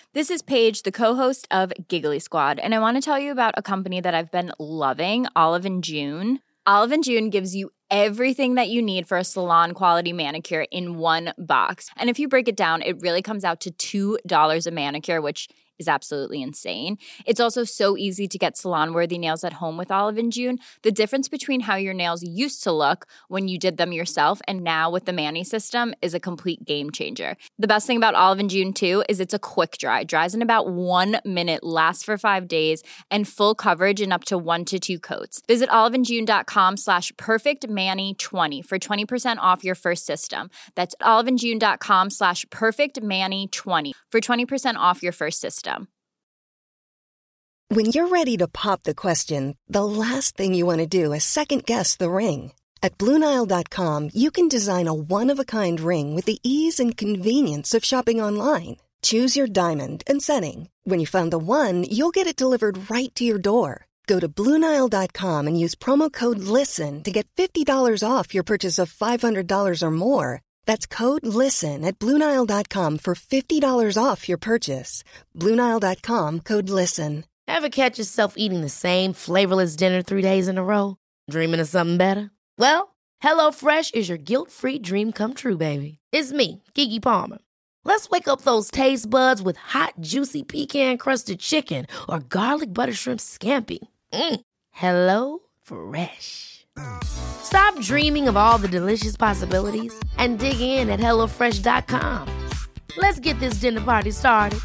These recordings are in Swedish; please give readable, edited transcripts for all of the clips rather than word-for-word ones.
This is Paige, the co-host of Giggly Squad, and I want to tell you about a company that I've been loving, Olive & June. Olive & June gives you everything that you need for a salon-quality manicure in one box. And if you break it down, it really comes out to $2 a manicure, which is absolutely insane. It's also so easy to get salon-worthy nails at home with Olive & June. The difference between how your nails used to look when you did them yourself and now with the Mani system is a complete game changer. The best thing about Olive & June, too, is it's a quick dry. Dries in about 1 minute, lasts for 5 days, and full coverage in up to 1 to 2 coats. Visit oliveandjune.com/perfectmani20 for 20% off your first system. That's oliveandjune.com/perfectmani20 for 20% off your first system. When you're ready to pop the question, the last thing you want to do is second-guess the ring. At BlueNile.com, you can design a one-of-a-kind ring with the ease and convenience of shopping online. Choose your diamond and setting. When you find the one, you'll get it delivered right to your door. Go to BlueNile.com and use promo code LISTEN to get $50 off your purchase of $500 or more. That's code LISTEN at BlueNile.com for $50 off your purchase. BlueNile.com, code LISTEN. Ever catch yourself eating the same flavorless dinner 3 days in a row? Dreaming of something better? Well, HelloFresh is your guilt-free dream come true, baby. It's me, Keke Palmer. Let's wake up those taste buds with hot, juicy pecan-crusted chicken or garlic butter shrimp scampi. Hello Fresh. Stop dreaming of all the delicious possibilities and dig in at HelloFresh.com. Let's get this dinner party started.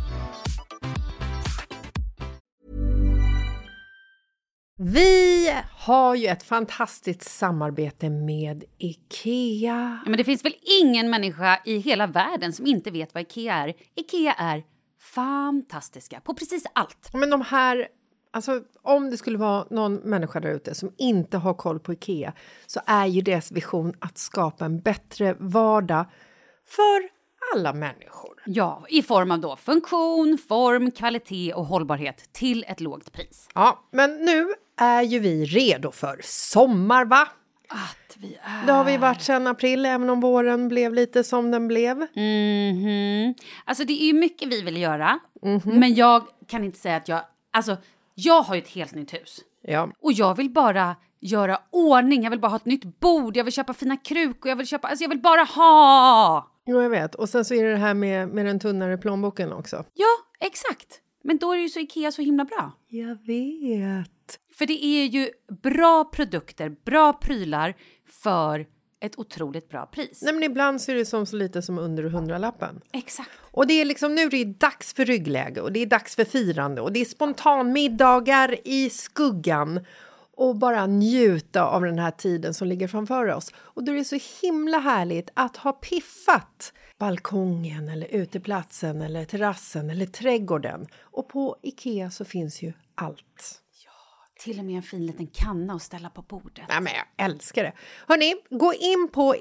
Vi har ju ett fantastiskt samarbete med IKEA. Men det finns väl ingen människa i hela världen som inte vet vad IKEA är. IKEA är fantastiska på precis allt. Men de här, alltså om det skulle vara någon människa där ute som inte har koll på IKEA, så är ju deras vision att skapa en bättre vardag för alla människor. Ja, i form av då funktion, form, kvalitet och hållbarhet till ett lågt pris. Ja, men nu är ju vi redo för sommar, va? Att vi är... Det har vi varit sedan april, även om våren blev lite som den blev. Alltså det är ju mycket vi vill göra. Men jag kan inte säga att jag har ju ett helt nytt hus. Ja. Och jag vill bara göra ordning. Jag vill bara ha ett nytt bord. Jag vill köpa fina krukor. Jag vill bara ha... Jo, jag vet. Och sen så är det här med den tunnare plånboken också. Ja, exakt. Men då är det ju så IKEA så himla bra. Jag vet. För det är ju bra produkter, bra prylar för ett otroligt bra pris. Nej, men ibland så är det som så lite som under 100-lappen. Exakt. Och det är liksom, nu är det dags för ryggläge och det är dags för firande och det är spontanmiddagar i skuggan. Och bara njuta av den här tiden som ligger framför oss. Och då är det så himla härligt att ha piffat balkongen eller uteplatsen eller terrassen eller trädgården. Och på IKEA så finns ju allt. Till och med en fin liten kanna att ställa på bordet. Ja, men jag älskar det. Hörrni, gå in på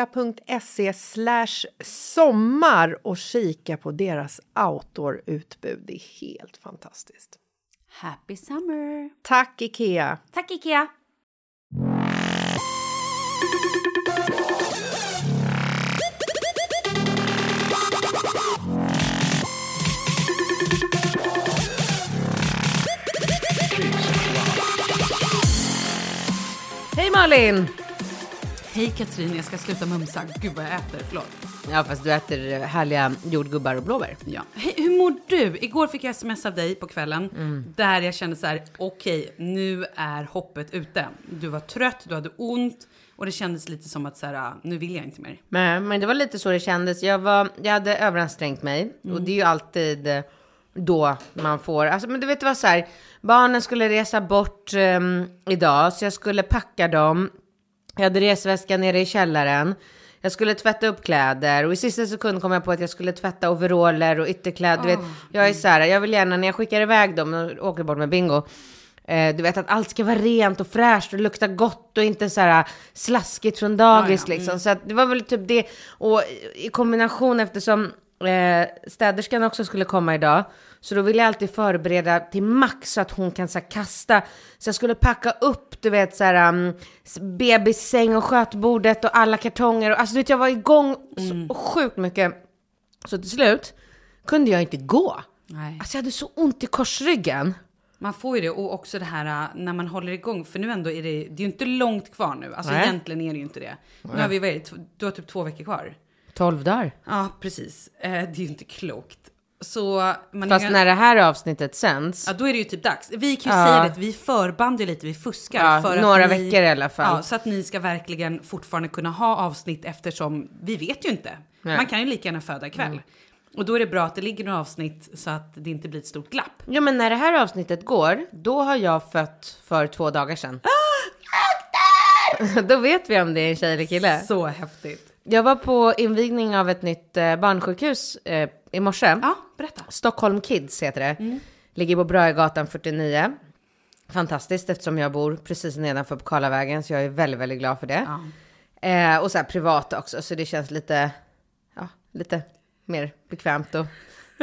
ikea.se/sommar och kika på deras outdoor-utbud. Det är helt fantastiskt. Happy summer! Tack IKEA! Tack IKEA! Hej Malin! Hej Katrin, jag ska sluta mumsa. Gud vad jag äter, förlåt. Ja, fast du äter härliga jordgubbar och blåbär. Ja. Hej, hur mår du? Igår fick jag sms av dig på kvällen. Där jag kände så här: okej, nu är hoppet ute. Du var trött, du hade ont. Och det kändes lite som att så här, nu vill jag inte mer. Men det var lite så det kändes. Jag hade överansträngt mig. Och det är ju alltid då man får... Alltså, men du vet vad så här... Barnen skulle resa bort idag. Så jag skulle packa dem. Jag hade resväskan nere i källaren. Jag skulle tvätta upp kläder. Och i sista sekund kom jag på att jag skulle tvätta overaller och ytterkläder. Du vet, jag är så här, jag vill gärna när jag skickar iväg dem och åker bort med Bingo. Du vet att allt ska vara rent och fräscht och lukta gott och inte så här slaskigt från dagis liksom. Så att det var väl typ det. Och i kombination eftersom städerskan också skulle komma idag. Så då ville jag alltid förbereda till max så att hon kan så här, kasta. Så jag skulle packa upp, du vet, så här, bebissäng och skötbordet och alla kartonger. Alltså du vet, jag var igång så sjukt mycket. Så till slut kunde jag inte gå. Nej. Alltså jag hade så ont i korsryggen. Man får ju det, och också det här när man håller igång, för nu ändå är det är ju inte långt kvar nu. Alltså egentligen är det ju inte det. Nu har du har typ 2 veckor kvar. 12 dagar. Ja, precis. Det är ju inte klokt. Så fast när det här avsnittet sänds. Ja, då är det ju typ dags. Vi kan ju säga det, vi förband ju lite, vi fuskar. Ja, för några att veckor i alla fall. Ja, så att ni ska verkligen fortfarande kunna ha avsnitt, eftersom vi vet ju inte. Nej. Man kan ju lika gärna föda ikväll. Och då är det bra att det ligger några avsnitt så att det inte blir ett stort glapp. Ja, men när det här avsnittet går, då har jag fött för 2 dagar sedan. Då vet vi om det är en tjej eller kille. Så häftigt. Jag var på invigning av ett nytt barnsjukhus i morse. Ja, berätta. Stockholm Kids heter det. Ligger på Brögatan 49. Fantastiskt, eftersom jag bor precis nedanför på Karlavägen, så jag är väldigt, väldigt glad för det. Ja. Och så här privat också, så det känns lite mer bekvämt och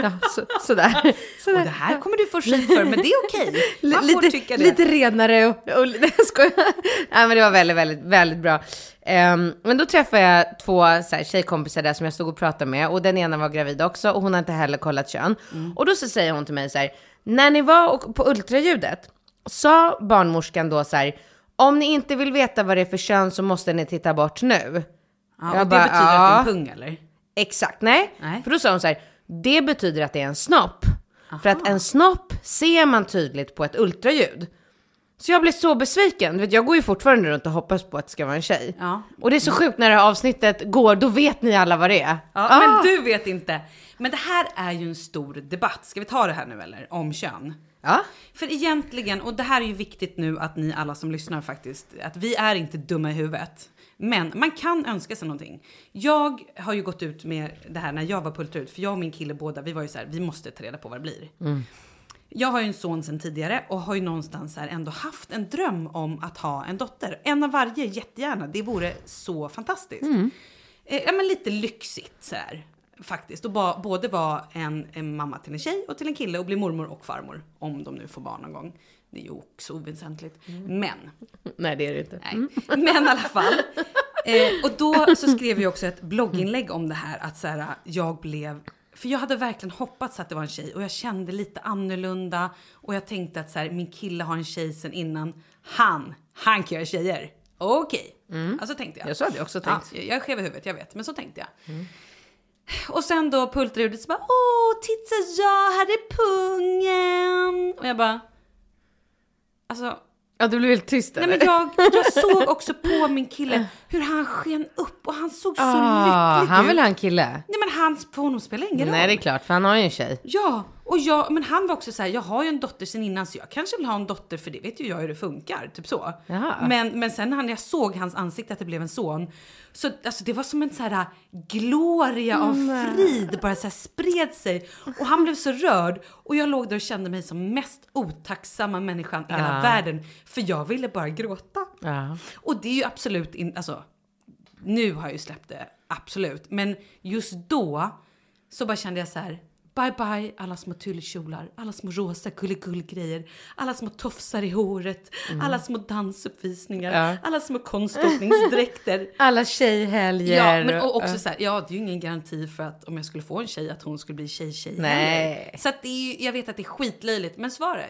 sådär. Och det här kommer du få skit för, men det är okej. Man får tycka det. Lite renare och jag skojar. Nej, men det var väldigt, väldigt, väldigt bra. Men då träffade jag 2 så här, tjejkompisar där som jag stod och pratade med, och den ena var gravid också, och hon har inte heller kollat kön. Och då så säger hon till mig så här: när ni var på ultraljudet, sa barnmorskan då så här: om ni inte vill veta vad det är för kön så måste ni titta bort nu. Ja, och det betyder att det är en pung, eller? Exakt, nej. För då sa hon så här: det betyder att det är en snopp. Aha. För att en snopp ser man tydligt på ett ultraljud. Så jag blev så besviken. Du vet, jag går ju fortfarande runt och hoppas på att det ska vara en tjej. Ja. Och det är så sjukt när det här avsnittet går, då vet ni alla vad det är. Ja, men du vet inte. Men det här är ju en stor debatt. Ska vi ta det här nu eller? Om kön. Ja. För egentligen, och det här är ju viktigt nu att ni alla som lyssnar faktiskt, att vi är inte dumma i huvudet. Men man kan önska sig någonting. Jag har ju gått ut med det här när jag var på ultraljud. För jag och min kille båda, vi var ju så här, vi måste ta reda på vad det blir. Jag har ju en son sedan tidigare och har ju någonstans här ändå haft en dröm om att ha en dotter. En av varje, jättegärna. Det vore så fantastiskt. Ja, men lite lyxigt så här, faktiskt. Och både vara en mamma till en tjej och till en kille och bli mormor och farmor. Om de nu får barn någon gång. Det är ju också oväsentligt. Men. Nej, det är det inte. Nej. Men i alla fall. Och då så skrev jag också ett blogginlägg om det här. Att så här, jag blev... För jag hade verkligen hoppats att det var en tjej. Och jag kände lite annorlunda. Och jag tänkte att så här, min kille har en tjej sen innan. Han kan göra tjejer. Okej. Alltså tänkte jag. Jag så hade jag också tänkt. Ja, jag är skev i huvudet, jag vet. Men så tänkte jag. Och sen då på ultraljudet så bara, åh, titta, ja, här är pungen. Och jag bara, alltså... Ja, du blev helt tyst. Nej, men jag såg också på min kille hur han sken upp och han såg så lycklig ut. Han vill ha en kille. Nej, men för honom spelar ingen roll. Nej, det är klart, för han har ju en tjej. Ja, men han var också så här, jag har ju en dotter sen innan, så jag kanske vill ha en dotter, för det vet ju jag hur det funkar, typ så. Men sen när jag såg hans ansikte att det blev en son, så alltså, det var som en så här gloria av frid bara så här spred sig, och han blev så rörd, och jag låg där och kände mig som mest otacksamma människan i hela världen, för jag ville bara gråta. Och det är ju absolut alltså, nu har jag ju släppt det, absolut, men just då så bara kände jag så här: bye bye alla små tullkjolar, alla små rosa gulligull-grejer, alla små tofsar i håret, alla små dansuppvisningar, alla små konståkningsdräkter. Alla tjejhelger. Ja, men och också så här, ja, det är ju ingen garanti för att om jag skulle få en tjej att hon skulle bli tjej. Nej. Så att det är ju, jag vet att det är skitlöjligt, men svara,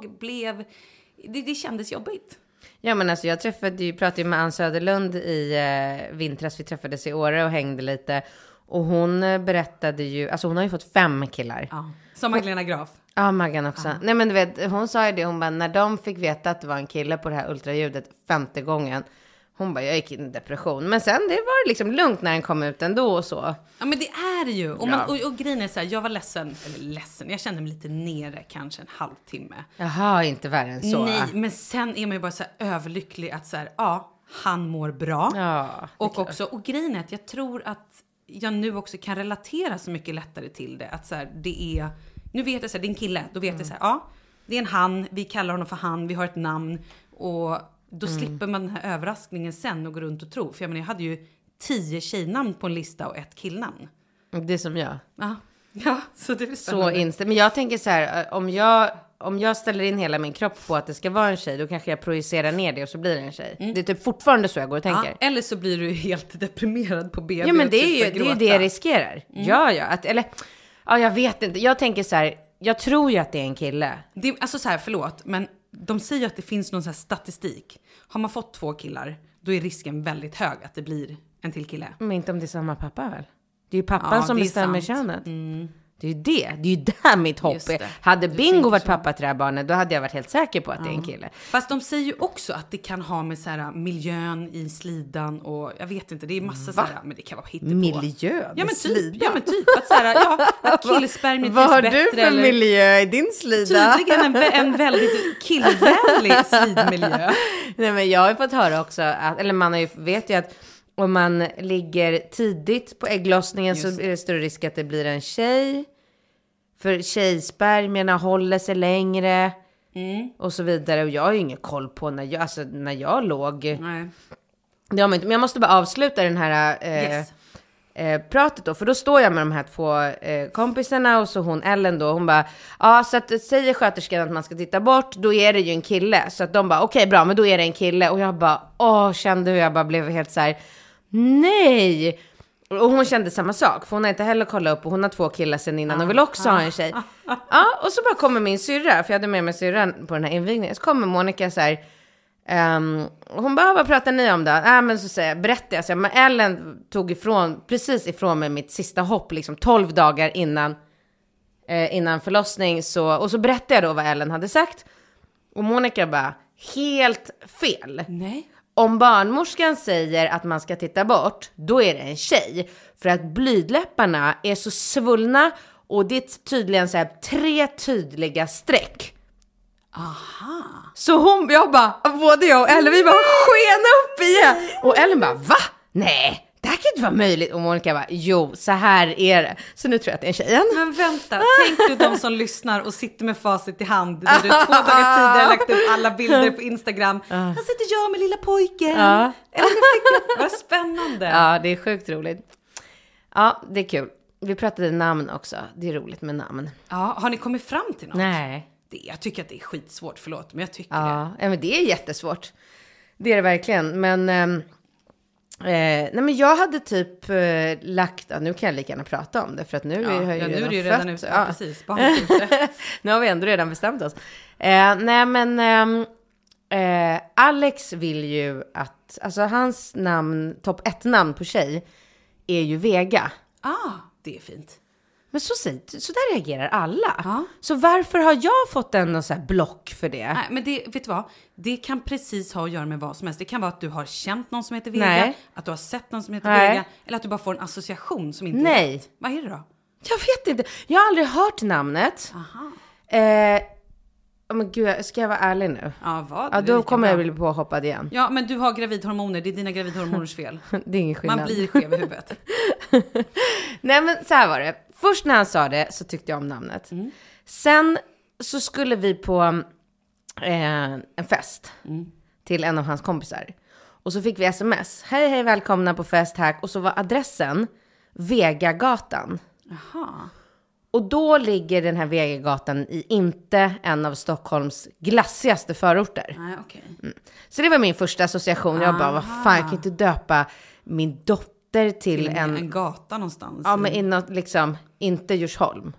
det kändes jobbigt. Ja, men alltså jag pratade ju med Ann Söderlund i vintras, vi träffades i Åre och hängde lite. Och hon berättade ju, alltså hon har ju fått 5 killar. Ja, som Magdalena Graf. Ja, Maggan också. Nej, men du vet, hon sa ju det, hon bara, när de fick veta att det var en kille på det här ultraljudet 5:e gången, hon bara, jag gick in i depression. Men sen det var liksom lugnt när den kom ut ändå och så. Ja, men det är det ju. Och grejen är så här, jag var ledsen, jag kände mig lite nere kanske en halvtimme. Jaha, inte värre än så. Nej, men sen är man ju bara så här överlycklig att så här, ja, han mår bra. Ja, och grejen är att jag tror att jag nu också kan relatera så mycket lättare till det. Att så här, det är, nu vet jag så här, det är en kille, då vet jag så här, ja, det är en han, vi kallar honom för han, vi har ett namn, och då slipper man den här överraskningen sen och gå runt och tro. För jag menar, jag hade ju 10 tjejnamn på en lista och 1 killnamn. Det är som jag. Ja, så det är så men jag tänker så här, om jag ställer in hela min kropp på att det ska vara en tjej, då kanske jag projicerar ner det och så blir det en tjej. Det är typ fortfarande så jag går och tänker. Ja, eller så blir du helt deprimerad på BB. Ja, men det är ju det jag riskerar. Ja, Ja, jag vet inte. Jag tänker så här, jag tror ju att det är en kille. Det, alltså så här, förlåt, men de säger att det finns någon så här statistik. Har man fått 2 killar, då är risken väldigt hög att det blir en till kille. Men inte om det är samma pappa väl? Det är ju pappan som bestämmer könet. Det är ju det. Det är ju där mitt hopp är. Hade Bingo varit pappa till det här barnet, då hade jag varit helt säker på att det är en kille. Fast de säger ju också att det kan ha med så här miljön i slidan och jag vet inte, det är massa så här, men det kan vara hittepå. Miljön ja, men i slidan? Ja men typ att så här, att killspermiet vad har bättre, du för eller... miljö i din slida? Tydligen en väldigt killvänlig slidmiljö. Nej, men jag har ju fått höra också att, eller man har ju, vet ju att om man ligger tidigt på ägglossningen så är det större risk att det blir en tjej. För tjejspermierna håller sig längre och så vidare. Och jag har ju ingen koll på när jag låg. Nej. Ja, men jag måste bara avsluta den här pratet då. För då står jag med de här 2 kompisarna och så hon Ellen då. Hon bara, ja så att säger sköterskan att man ska titta bort, då är det ju en kille. Så att de bara, okej, bra, men då är det en kille. Och jag bara, kände hur jag bara blev helt så här, nej. Och hon kände samma sak, för hon har inte heller kollat upp och hon har 2 killar sen innan och vill också ha en tjej. Ja, och så bara kommer min syrra, för jag hade med mig syrran på den här invigningen. Så kommer Monica så här, hon bara, vad pratar ni om då? Men så säger jag, berättar jag. Så men Ellen tog precis ifrån mig mitt sista hopp, liksom 12 dagar innan förlossning. Och så berättade jag då vad Ellen hade sagt. Och Monica bara, helt fel. Nej. Om barnmorskan säger att man ska titta bort, då är det en tjej. För att blydläpparna är så svullna och det är tydligen så här 3 tydliga streck. Aha. Så jag bara, både jag och Ellen, vi bara sken upp igen. Och Ellen bara, va? Nej, det här kan inte vara möjligt. Och Monica bara, jo, så här är det. Så nu tror jag att det är en tjejen. Men vänta, tänk du de som lyssnar och sitter med facit i hand. När du 2 dagar tidigare lagt upp alla bilder på Instagram. Här sitter jag med lilla pojken. Eller med flickan. Vad spännande. Ja, det är sjukt roligt. Ja, det är kul. Vi pratade namn också. Det är roligt med namn. Ja, har ni kommit fram till något? Nej. Jag tycker att det är skitsvårt, förlåt, men jag tycker det. Ja, men det är jättesvårt. Det är det verkligen. Men, nej, men jag hade typ lagt... nu kan jag lika gärna prata om det, för att nu är jag nu är det ju redan ute. Ja, precis. Nu har vi ändå redan bestämt oss. Nej, men Alex vill ju att... Alltså hans namn, topp 1-namn på tjej är ju Vega. Det är fint. Men så där reagerar alla. Ja. Så varför har jag fått en så här block för det? Nej, men det, vet du vad? Det kan precis ha att göra med vad som helst. Det kan vara att du har känt någon som heter Vega. Nej. Att du har sett någon som heter Vega. Eller att du bara får en association som inte är rätt. Vad är det då? Jag vet inte. Jag har aldrig hört namnet. Aha. Men gud, ska jag vara ärlig nu? Ja, vad? Ja, då kommer jag bli påhoppad igen. Ja, men du har gravidhormoner. Det är dina gravidhormoners fel. Det är ingen skillnad. Man blir skev i huvudet. Nej, men så här var det. Först när han sa det så tyckte jag om namnet. Sen så skulle vi på en fest till en av hans kompisar. Och så fick vi sms. Hej, välkomna på fest här. Och så var adressen Vegagatan. Jaha. Och då ligger den här Vegagatan i inte en av Stockholms glassigaste förorter. Nej, okej. Så det var min första association. Jag bara, vad fan, jag kan inte döpa min dotter till en gata någonstans. Ja, men inåt, liksom, inte Djursholm.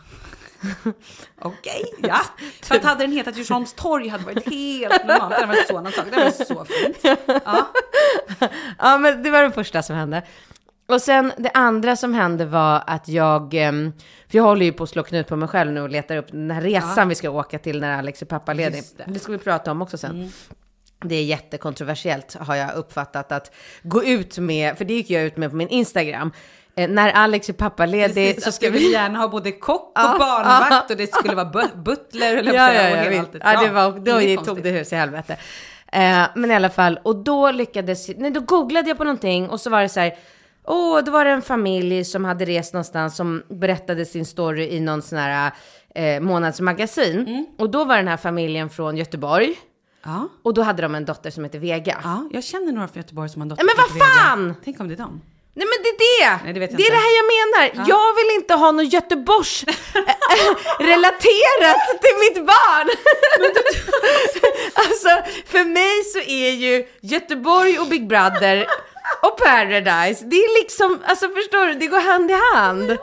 Okej, ja. För att hade den hetat Djursholms torg hade varit helt normalt. Det hade varit så, det var så fint. Ja. Ja, men det var det första som hände. Och sen det andra som hände var att för jag håller ju på att slå knut på mig själv nu och letar upp den här resan vi ska åka till när Alex är pappaledig. Det ska vi prata om också sen. Det är jättekontroversiellt, har jag uppfattat, att gå ut med, för det gick jag ut med på min Instagram. När Alex är pappaledig så ska vi gärna ha både kock och barnvakt och det skulle vara butler eller då tog det hus i helvete. Men i alla fall, och då då googlade jag på någonting och så var det så här, då var det en familj som hade rest någonstans som berättade sin story i någon sån här månadsmagasin. Och då var den här familjen från Göteborg. Ja. Och då hade de en dotter som heter Vega. Ja, jag känner några från Göteborg som har en dotter. Men vad fan! Vega. Tänk om det är dem. Nej, men det är det! Nej, det vet jag det är inte. det här jag menar. Ja. Jag vill inte ha något Göteborgs relaterat till mitt barn. Alltså, för mig så är ju Göteborg och Big Brother och Paradise, det är liksom, alltså förstår du, det går hand i hand. Men jag orkar inte.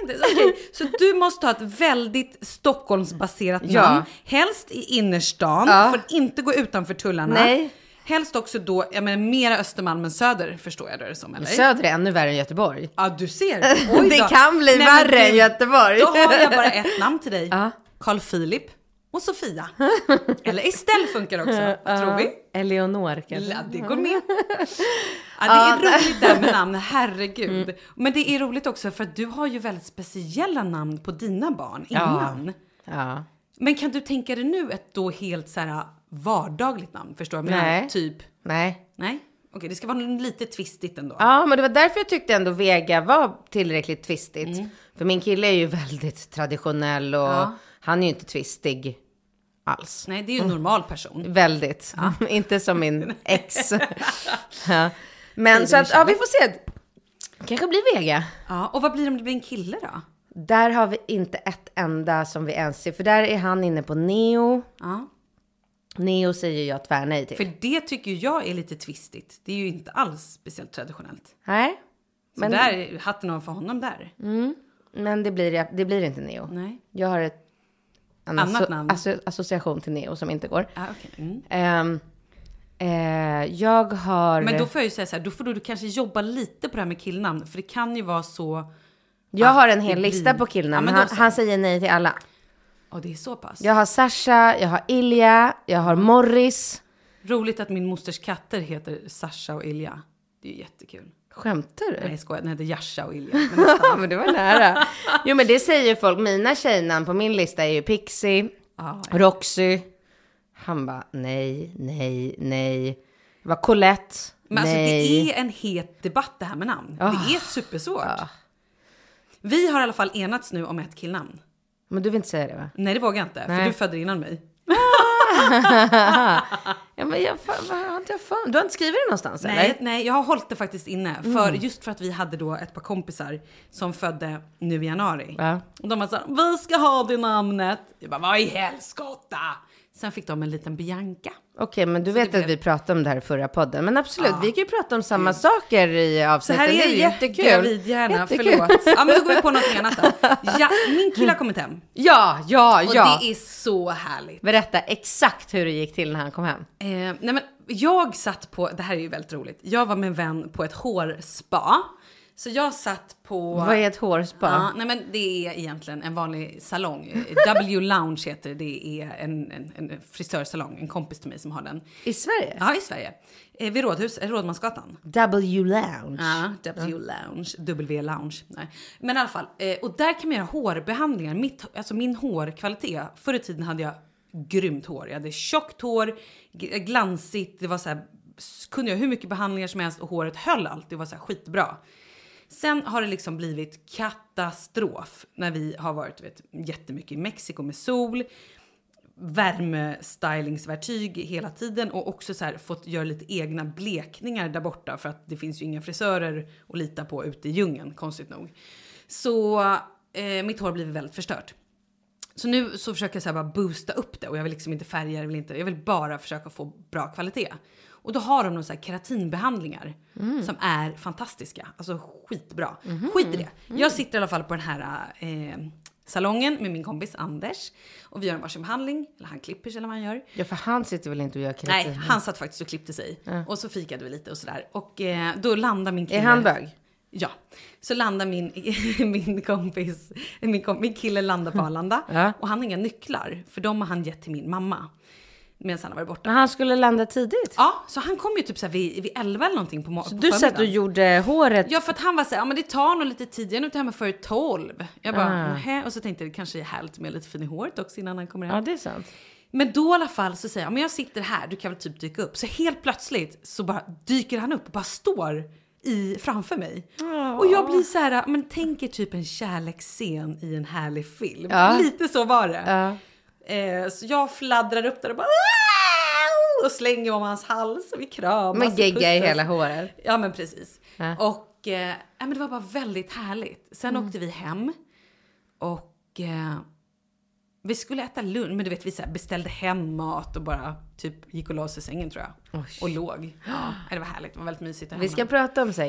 inte. Okej, så du måste ha ett väldigt Stockholmsbaserat namn. Helst i innerstan. Får inte gå utanför tullarna. Nej. Helst också då, jag menar mera Östermalm än Söder, förstår jag det som, eller? Söder är ännu värre än Göteborg. Ja, du ser. Oj, det kan bli värre än Göteborg. Då har jag bara ett namn till dig. Carl Philip och Sofia. Eller Estelle funkar också, tror vi. Eleonor kanske. Ja, det går med. Ja, det är roligt där med namn, herregud. Men det är roligt också för att du har ju väldigt speciella namn på dina barn innan. Ja. Men kan du tänka dig nu ett då helt så här vardagligt namn, förstår du? Nej. Typ. Nej. Okej, det ska vara lite twistigt ändå. Ja, men det var därför jag tyckte ändå Vega var tillräckligt twistigt. För min kille är ju väldigt traditionell och han är ju inte twistig alls. Nej, det är ju en normal person. Väldigt. Inte som min ex. Men så att, vi får se. Kanske blir Vega. Ja, och vad blir det om det blir en kille då? Där har vi inte ett enda som vi ens ser. För där är han inne på Neo. Ja. Neo säger jag tvärnej till. För det tycker jag är lite twistigt. Det är ju inte alls speciellt traditionellt. Nej. Så men där, hatten av för honom där. Men det blir inte Neo. Nej. Jag har ett annat namn. Association till Neo som inte går. Okay. Jag har... Men då får jag ju säga så här, då får du kanske jobba lite på det här med killnamn. För det kan ju vara så... Jag har en hel lista på killnamn. Han säger nej till alla. Och det är så pass. Jag har Sasha, jag har Ilja, jag har Morris. Roligt att min mosters katter heter Sasha och Ilja. Det är ju jättekul. Skämtar du? Nej, jag skojar. Den heter Jasha och Ilja. Men det var nära. Jo, men det säger folk. Mina tjejnamn på min lista är ju Pixie, Roxy. Han bara, nej. Det var Colette. Men alltså, det är en het debatt det här med namn. Det är supersvårt. Vi har i alla fall enats nu om ett killnamn. Men du vill inte säga det, va? Nej, det vågar jag inte. För du födde innan mig. Ja, men du har inte skrivit det någonstans, eller? Nej, jag har hållit det faktiskt inne. Just för att vi hade då ett par kompisar som födde nu i januari. Och de var så här, vi ska ha det namnet. Jag bara, vad i helskotta? Sen fick de en liten Bianca. Okej, men du vet att vi pratade om det här i förra podden. Men absolut, vi kan ju prata om samma saker i avsnittet. Så här är det jättekul. Gravidhjärna, förlåt. Ja, men då går vi på något annat då. Ja, min kille har kommit hem. Ja. Och det är så härligt. Berätta exakt hur det gick till när han kom hem. Nej, men jag satt på, det här är ju väldigt roligt. Jag var med en vän på ett hårspa. Så jag satt på... Vad är ett hårspa? Ja, nej, men det är egentligen en vanlig salong. W Lounge heter det. Är en frisörsalong. En kompis till mig som har den. I Sverige? Ja, i Sverige. Vid Rådmansgatan. W Lounge. Ja, W Lounge. W Lounge. Nej. Men i alla fall. Och där kan man göra hårbehandlingar. Min hårkvalitet. Förr i tiden hade jag grymt hår. Jag hade tjockt hår. Glansigt. Det var så här... Kunde jag hur mycket behandlingar som helst. Och håret höll allt. Det var så här skitbra. Sen har det liksom blivit katastrof när vi har varit jättemycket i Mexiko med sol, värmestylingsvertyg hela tiden och också så här fått göra lite egna blekningar där borta för att det finns ju inga frisörer att lita på ute i djungeln, konstigt nog. Så mitt hår blir väldigt förstört. Så nu så försöker jag så här bara boosta upp det och jag vill liksom inte färga, jag vill bara försöka få bra kvalitet. Och då har de några så här keratinbehandlingar som är fantastiska. Alltså skitbra. Skit i det. Jag sitter i alla fall på den här salongen med min kompis Anders. Och vi gör en varsin behandling. Eller han klipper sig eller vad han gör. Ja, för han sitter väl inte och gör keratin? Nej, han satt faktiskt och klippte sig. Och så fikade vi lite och sådär. Och då landar min kille... Är han bög? Ja. Så landar min kille landar på Arlanda. Ja. Och han har inga nycklar. För de har han gett till min mamma. Medan han har varit borta. Men han skulle landa tidigt? Ja, så han kom ju typ så här vid 11 eller någonting på morgonen. Så du satt och gjorde håret? Ja, för att han var så här, ja men det tar nog lite tid. Jag är nog inte hemma för 12. Jag bara, nähä. Och så tänkte jag, det kanske är härligt med lite fin i håret också innan han kommer hem. Ja, det är sant. Men då i alla fall så säger jag, men jag sitter här, du kan väl typ dyka upp. Så helt plötsligt så bara dyker han upp och bara står framför mig. Och jag blir så här, men tänker typ en kärleksscen i en härlig film. Lite så var det. Så jag fladdrar upp där och bara och slänger om hans hals och vi kramas. Men gegga i hela håret. Ja, men precis. Och men det var bara väldigt härligt. Sen åkte vi hem och vi skulle äta lunch, men du vet vi så här beställde hem mat och bara typ gick och la oss i sängen tror jag. Och låg. Ja, det var härligt. Det var väldigt mysigt. Vi ska prata om sex.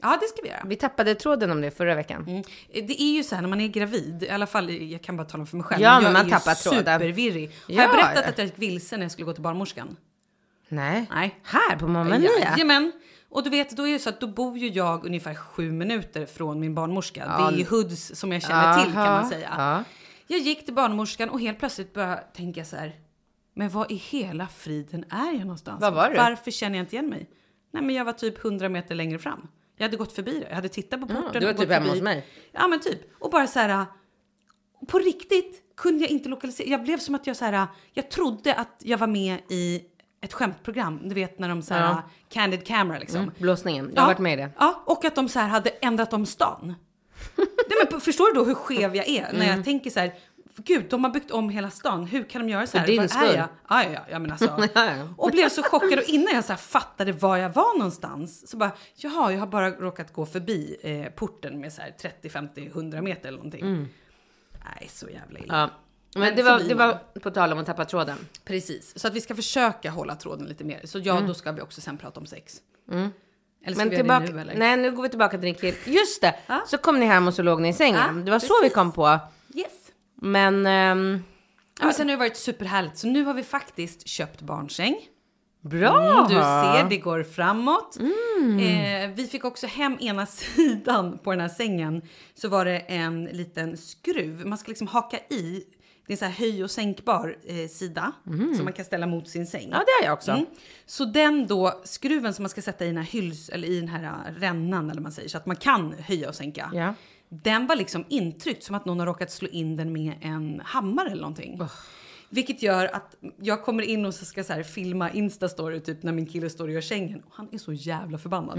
Ja, det ska vi göra. Vi tappade tråden om det förra veckan. Det är ju så här när man är gravid, i alla fall, jag kan bara tala för mig själv. Ja, men men man jag är tappar tråden. supervirrig. Ja, Har jag berättat ja. att jag gick vilse när jag skulle gå till barnmorskan? Nej. Nej. Här på Mamma Mia? Jajamän. Och du vet, då är det så att då bor ju jag ungefär 7 minuter från min barnmorska. Ja. Det är hoods som jag känner till, kan man säga. Ja. Jag gick till barnmorskan och helt plötsligt började jag tänka så här. Men vad i hela friden är jag någonstans? Vad var du? Varför känner jag inte igen mig? Nej, men jag var typ 100 meter längre fram. Jag hade gått förbi det. Jag hade tittat på porten. Du var och typ gått hemma förbi. hos mig. Ja, men typ. Och bara så här. På riktigt kunde jag inte lokalisera. Jag blev som att jag så här. Jag trodde att jag var med i ett skämtprogram. Du vet när de så här candid camera liksom. Blåsningen. Jag har varit med i det. Ja, och att de så här hade ändrat om stan. Nej, men förstår du då hur skev jag är när jag tänker så här. Gud, de har byggt om hela stan. Hur kan de göra så här? För din Var skull. är jag? Ja, men alltså. Och blev så chockad. Och innan jag så här fattade var jag var någonstans. Så bara, jaha, jag har bara råkat gå förbi porten med så här 30, 50, 100 meter eller någonting. Nej, så jävla illa. Ja. Men det var på tal om att tappa tråden. Precis, så att vi ska försöka hålla tråden lite mer. Så då ska vi också sen prata om sex. Eller ska Men vi tillbaka, göra det nu eller? nej, nu går vi tillbaka till din kill. Just det, så kom ni hem och så låg ni i sängen. Det var så vi kom på. Yes. Men... Ja, men sen har det varit superhärligt. Så nu har vi faktiskt köpt barnsäng. Bra! Du ser, det går framåt. Vi fick också hem ena sidan på den här sängen. Så var det en liten skruv. Man ska liksom haka i. Det är en så här höj- och sänkbar sida. Som man kan ställa mot sin säng. Ja, det har jag också. Så den då, skruven som man ska sätta i den här eller i den här rännan eller man säger. Så att man kan höja och sänka. Ja. Den var liksom intryckt som att någon har råkat slå in den med en hammare eller någonting. Vilket gör att jag kommer in och så ska så här filma Insta-story typ när min kille står och gör sängen. Och han är så jävla förbannad.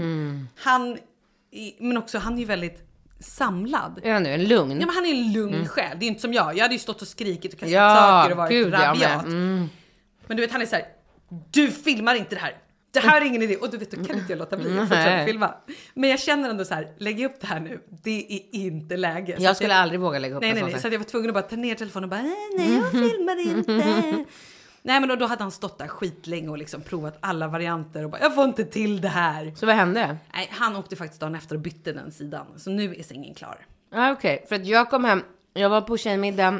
Men också, han är ju väldigt samlad. Är han nu en lugn? Ja, men han är en lugn själ. Det är inte som jag. Jag hade ju stått och skrikit och kastat saker och varit rabiat. Men du vet, han är så här, du filmar inte det här. Det här är ingen idé. Och du vet, då kan inte jag låta bli att fortsätta filma. Men jag känner ändå så här, lägg upp det här nu. Det är inte läge. Jag skulle aldrig våga lägga upp det. Nej. Så att jag var tvungen att bara ta ner telefonen och bara, nej, jag filmar inte. Nej, men då hade han stått där skitlänge och liksom provat alla varianter. Och bara, jag får inte till det här. Så vad hände? Nej, han åkte faktiskt dagen efter och bytte den sidan. Så nu är sängen klar. Ja, okej. För att jag kom hem, jag var på tjejmiddag.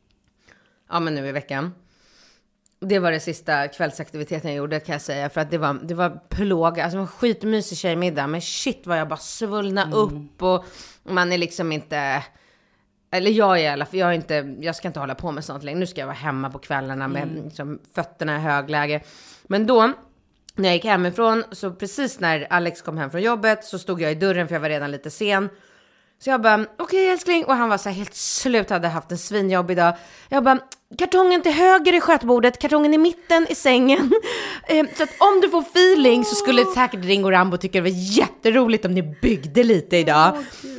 Ja, men nu i veckan. Det var det sista kvällsaktiviteten jag gjorde, kan jag säga. För att det var plåga. Alltså en skitmysig tjejmiddag. Men shit vad jag bara svullna upp. Och man är liksom inte... Eller jag är i alla fall. Jag ska inte hålla på med sånt längre. Nu ska jag vara hemma på kvällarna med liksom, fötterna i högläge. Men då, när jag gick hemifrån. Så precis när Alex kom hem från jobbet. Så stod jag i dörren för jag var redan lite sen. Så jag bara, okej älskling. Och han var så här helt slut, hade haft en svinjobb idag. Jag bara, kartongen till höger i skötbordet, kartongen i mitten i sängen. Så att om du får feeling så skulle säkert Ringo Rambo tycka det var jätteroligt om ni byggde lite idag.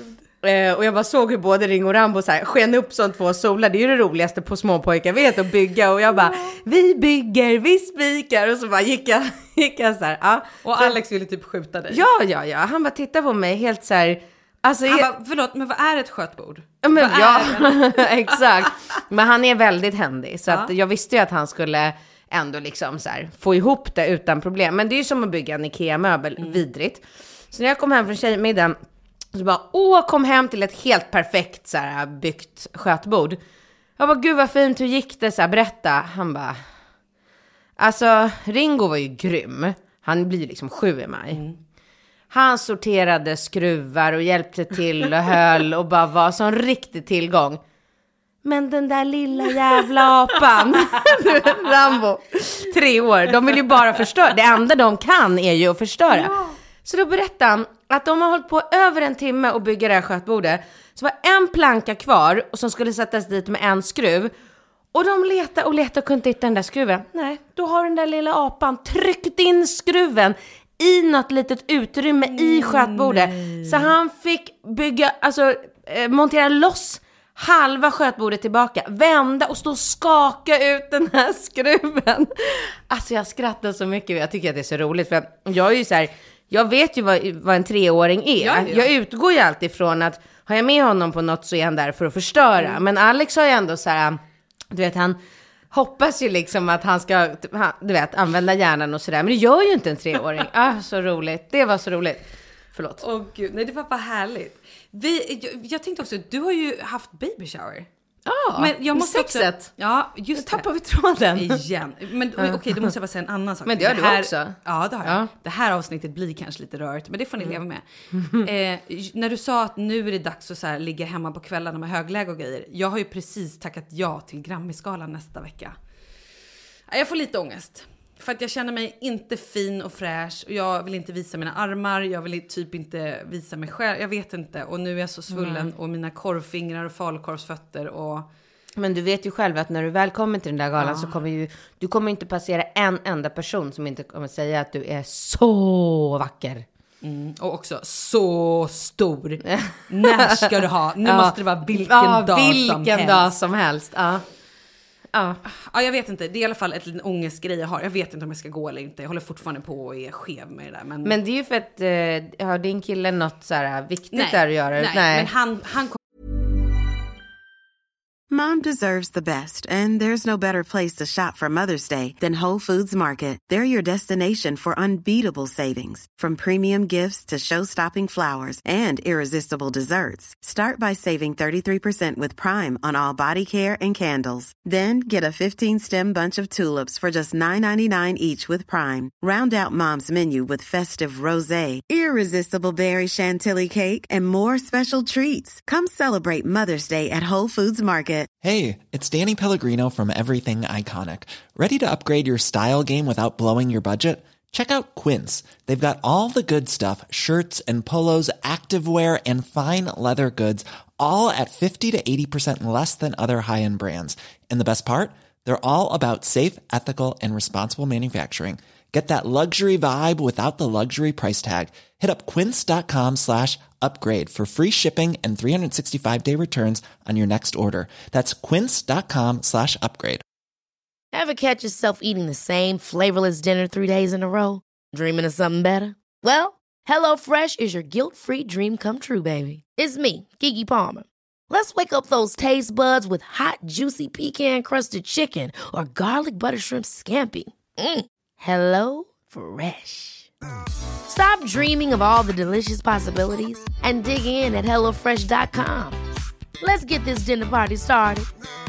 Och jag bara såg hur både Ringo och Rambo så här sken upp som två solar. Det är ju det roligaste på småpojkar vet, att bygga. Och jag bara, vi bygger, vi spikar. Och så bara gick jag så här. Ja. Och så, Alex ville typ skjuta dig. Ja. Han bara tittade på mig helt så här. Alltså, han bara, förlåt, men vad är ett skötbord? Men, exakt. Men han är väldigt händig. Så att jag visste ju att han skulle ändå liksom så här, få ihop det utan problem. Men det är ju som att bygga en Ikea-möbel, vidrigt. Så när jag kom hem från tjejmiddagen så bara, kom hem till ett helt perfekt så här, byggt skötbord. Jag bara, gud vad fint, hur gick det? Så här, berätta. Han bara, alltså Ringo var ju grym. Han blir liksom 7 i maj. Han sorterade skruvar och hjälpte till och höll och bara var sån riktig tillgång. Men den där lilla jävla apan, Rambo, 3 år, de vill ju bara förstöra. Det enda de kan är ju att förstöra. Ja. Så då berättade han att de har hållit på över 1 timme och bygga det här skötbordet. Så var en planka kvar och som skulle sättas dit med en skruv. Och de letade och kunde inte hitta den där skruven. Nej, då har den där lilla apan tryckt in skruven i något litet utrymme i skötbordet. Så han fick montera loss halva skötbordet tillbaka, vända och stå och skaka ut den här skruven. Alltså jag skrattar så mycket. Jag tycker att det är så roligt. För jag är ju så här, jag vet ju vad en 3-åring är. Ja. Jag utgår ju alltid från att har jag med honom på något så är han där för att förstöra. Men Alex har ju ändå så här, du vet, han hoppas ju liksom att han ska, du vet, använda hjärnan och sådär. Men det gör ju inte en 3-åring. Så roligt. Det var så roligt. Förlåt. Åh gud, nej det var bara härligt. Jag tänkte också, du har ju haft baby shower. Ja, men jag måste sexet. Också, ja, just tappar vi tråden. Igen. Men okej, då måste jag bara säga en annan sak. Men det har du också. Ja, det har jag. Det här avsnittet blir kanske lite rört, men det får ni leva med. När du sa att nu är det dags att så här, ligga hemma på kvällarna med högläge och grejer. Jag har ju precis tackat ja till Grammisgalan nästa vecka. Jag får lite ångest. För att jag känner mig inte fin och fräsch. Och jag vill inte visa mina armar. Jag vill typ inte visa mig själv. Jag vet inte. Och nu är jag så svullen. Och mina korvfingrar och falukorvsfötter. Och... Men du vet ju själv att när du väl kommer till den där galan så kommer du kommer inte passera en enda person som inte kommer säga att du är så vacker. Och också så stor. När ska du ha? Nu måste det vara vilken dag som helst. Ja, jag vet inte. Det är i alla fall ett liten ångestgrej jag har. Jag vet inte om jag ska gå eller inte. Jag håller fortfarande på och är skev med det där. Men det är ju för att har din kille något så här viktigt där att göra? Nej. Men han Mom deserves the best, and there's no better place to shop for Mother's Day than Whole Foods Market. They're your destination for unbeatable savings, from premium gifts to show-stopping flowers and irresistible desserts. Start by saving 33% with Prime on all body care and candles. Then get a 15-stem bunch of tulips for just $9.99 each with Prime. Round out Mom's menu with festive rosé, irresistible berry chantilly cake, and more special treats. Come celebrate Mother's Day at Whole Foods Market. Hey, it's Danny Pellegrino from Everything Iconic. Ready to upgrade your style game without blowing your budget? Check out Quince. They've got all the good stuff, shirts and polos, activewear, and fine leather goods, all at 50 to 80% less than other high-end brands. And the best part? They're all about safe, ethical, and responsible manufacturing. Get that luxury vibe without the luxury price tag. Hit up quince.com/upgrade for free shipping and 365-day returns on your next order. That's quince.com/upgrade. Ever catch yourself eating the same flavorless dinner 3 days in a row? Dreaming of something better? Well, HelloFresh is your guilt-free dream come true, baby. It's me, Keke Palmer. Let's wake up those taste buds with hot, juicy pecan-crusted chicken or garlic butter shrimp scampi. Hello Fresh. Stop dreaming of all the delicious possibilities and dig in at HelloFresh.com. Let's get this dinner party started.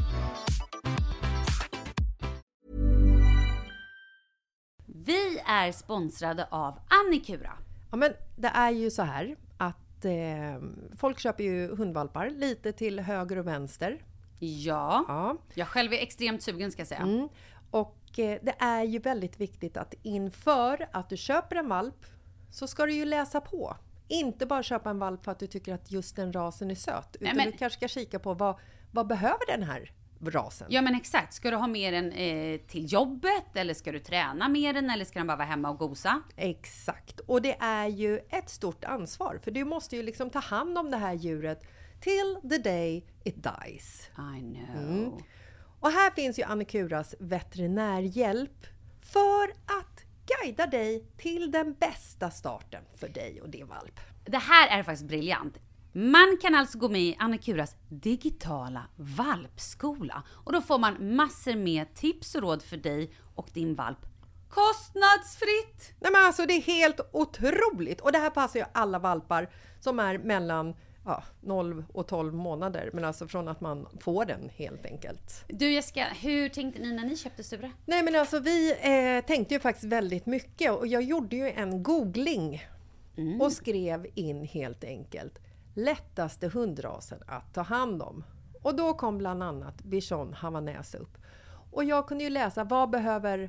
Vi är sponsrade av Annikura. Ja, men det är ju så här att folk köper ju hundvalpar lite till höger och vänster. Ja. Jag själv är extremt sugen ska jag säga. Och det är ju väldigt viktigt att inför att du köper en valp så ska du ju läsa på. Inte bara köpa en valp för att du tycker att just den rasen är söt. Utan du kanske ska kika på vad behöver den här rasen? Ja men exakt. Ska du ha med den till jobbet? Eller ska du träna med den? Eller ska den bara vara hemma och gosa? Exakt. Och det är ju ett stort ansvar. För du måste ju liksom ta hand om det här djuret till the day it dies. I know. Och här finns ju Annikuras veterinärhjälp för att guida dig till den bästa starten för dig och din valp. Det här är faktiskt briljant. Man kan alltså gå med i Annikuras digitala valpskola. Och då får man massor med tips och råd för dig och din valp. Kostnadsfritt! Nej men alltså det är helt otroligt. Och det här passar ju alla valpar som är mellan 0 och 12 månader. Men alltså från att man får den helt enkelt. Du Jessica, hur tänkte ni när ni köpte Sura? Nej men alltså vi tänkte ju faktiskt väldigt mycket. Och jag gjorde ju en googling. Och skrev in helt enkelt lättaste hundrasen att ta hand om. Och då kom bland annat Bichon Havanäs upp. Och jag kunde ju läsa vad behöver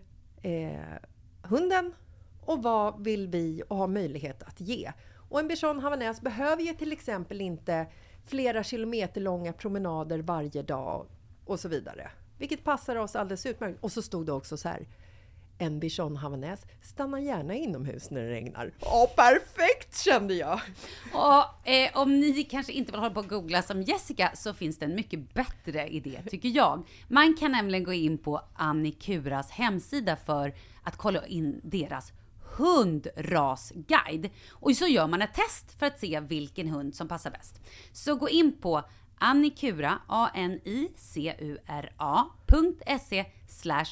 hunden och vad vill vi och ha möjlighet att ge. Och en Bichon Havanäs behöver ju till exempel inte flera kilometer långa promenader varje dag och så vidare. Vilket passar oss alldeles utmärkt. Och så stod det också så här. En Bichon Havanäs stannar gärna inomhus när det regnar. Perfekt kände jag! Och om ni kanske inte vill hålla på att googla som Jessica så finns det en mycket bättre idé tycker jag. Man kan nämligen gå in på Annikuras hemsida för att kolla in deras hundrasguide. Och så gör man ett test för att se vilken hund som passar bäst. Så gå in på Annikura, ANICURA.se/hundras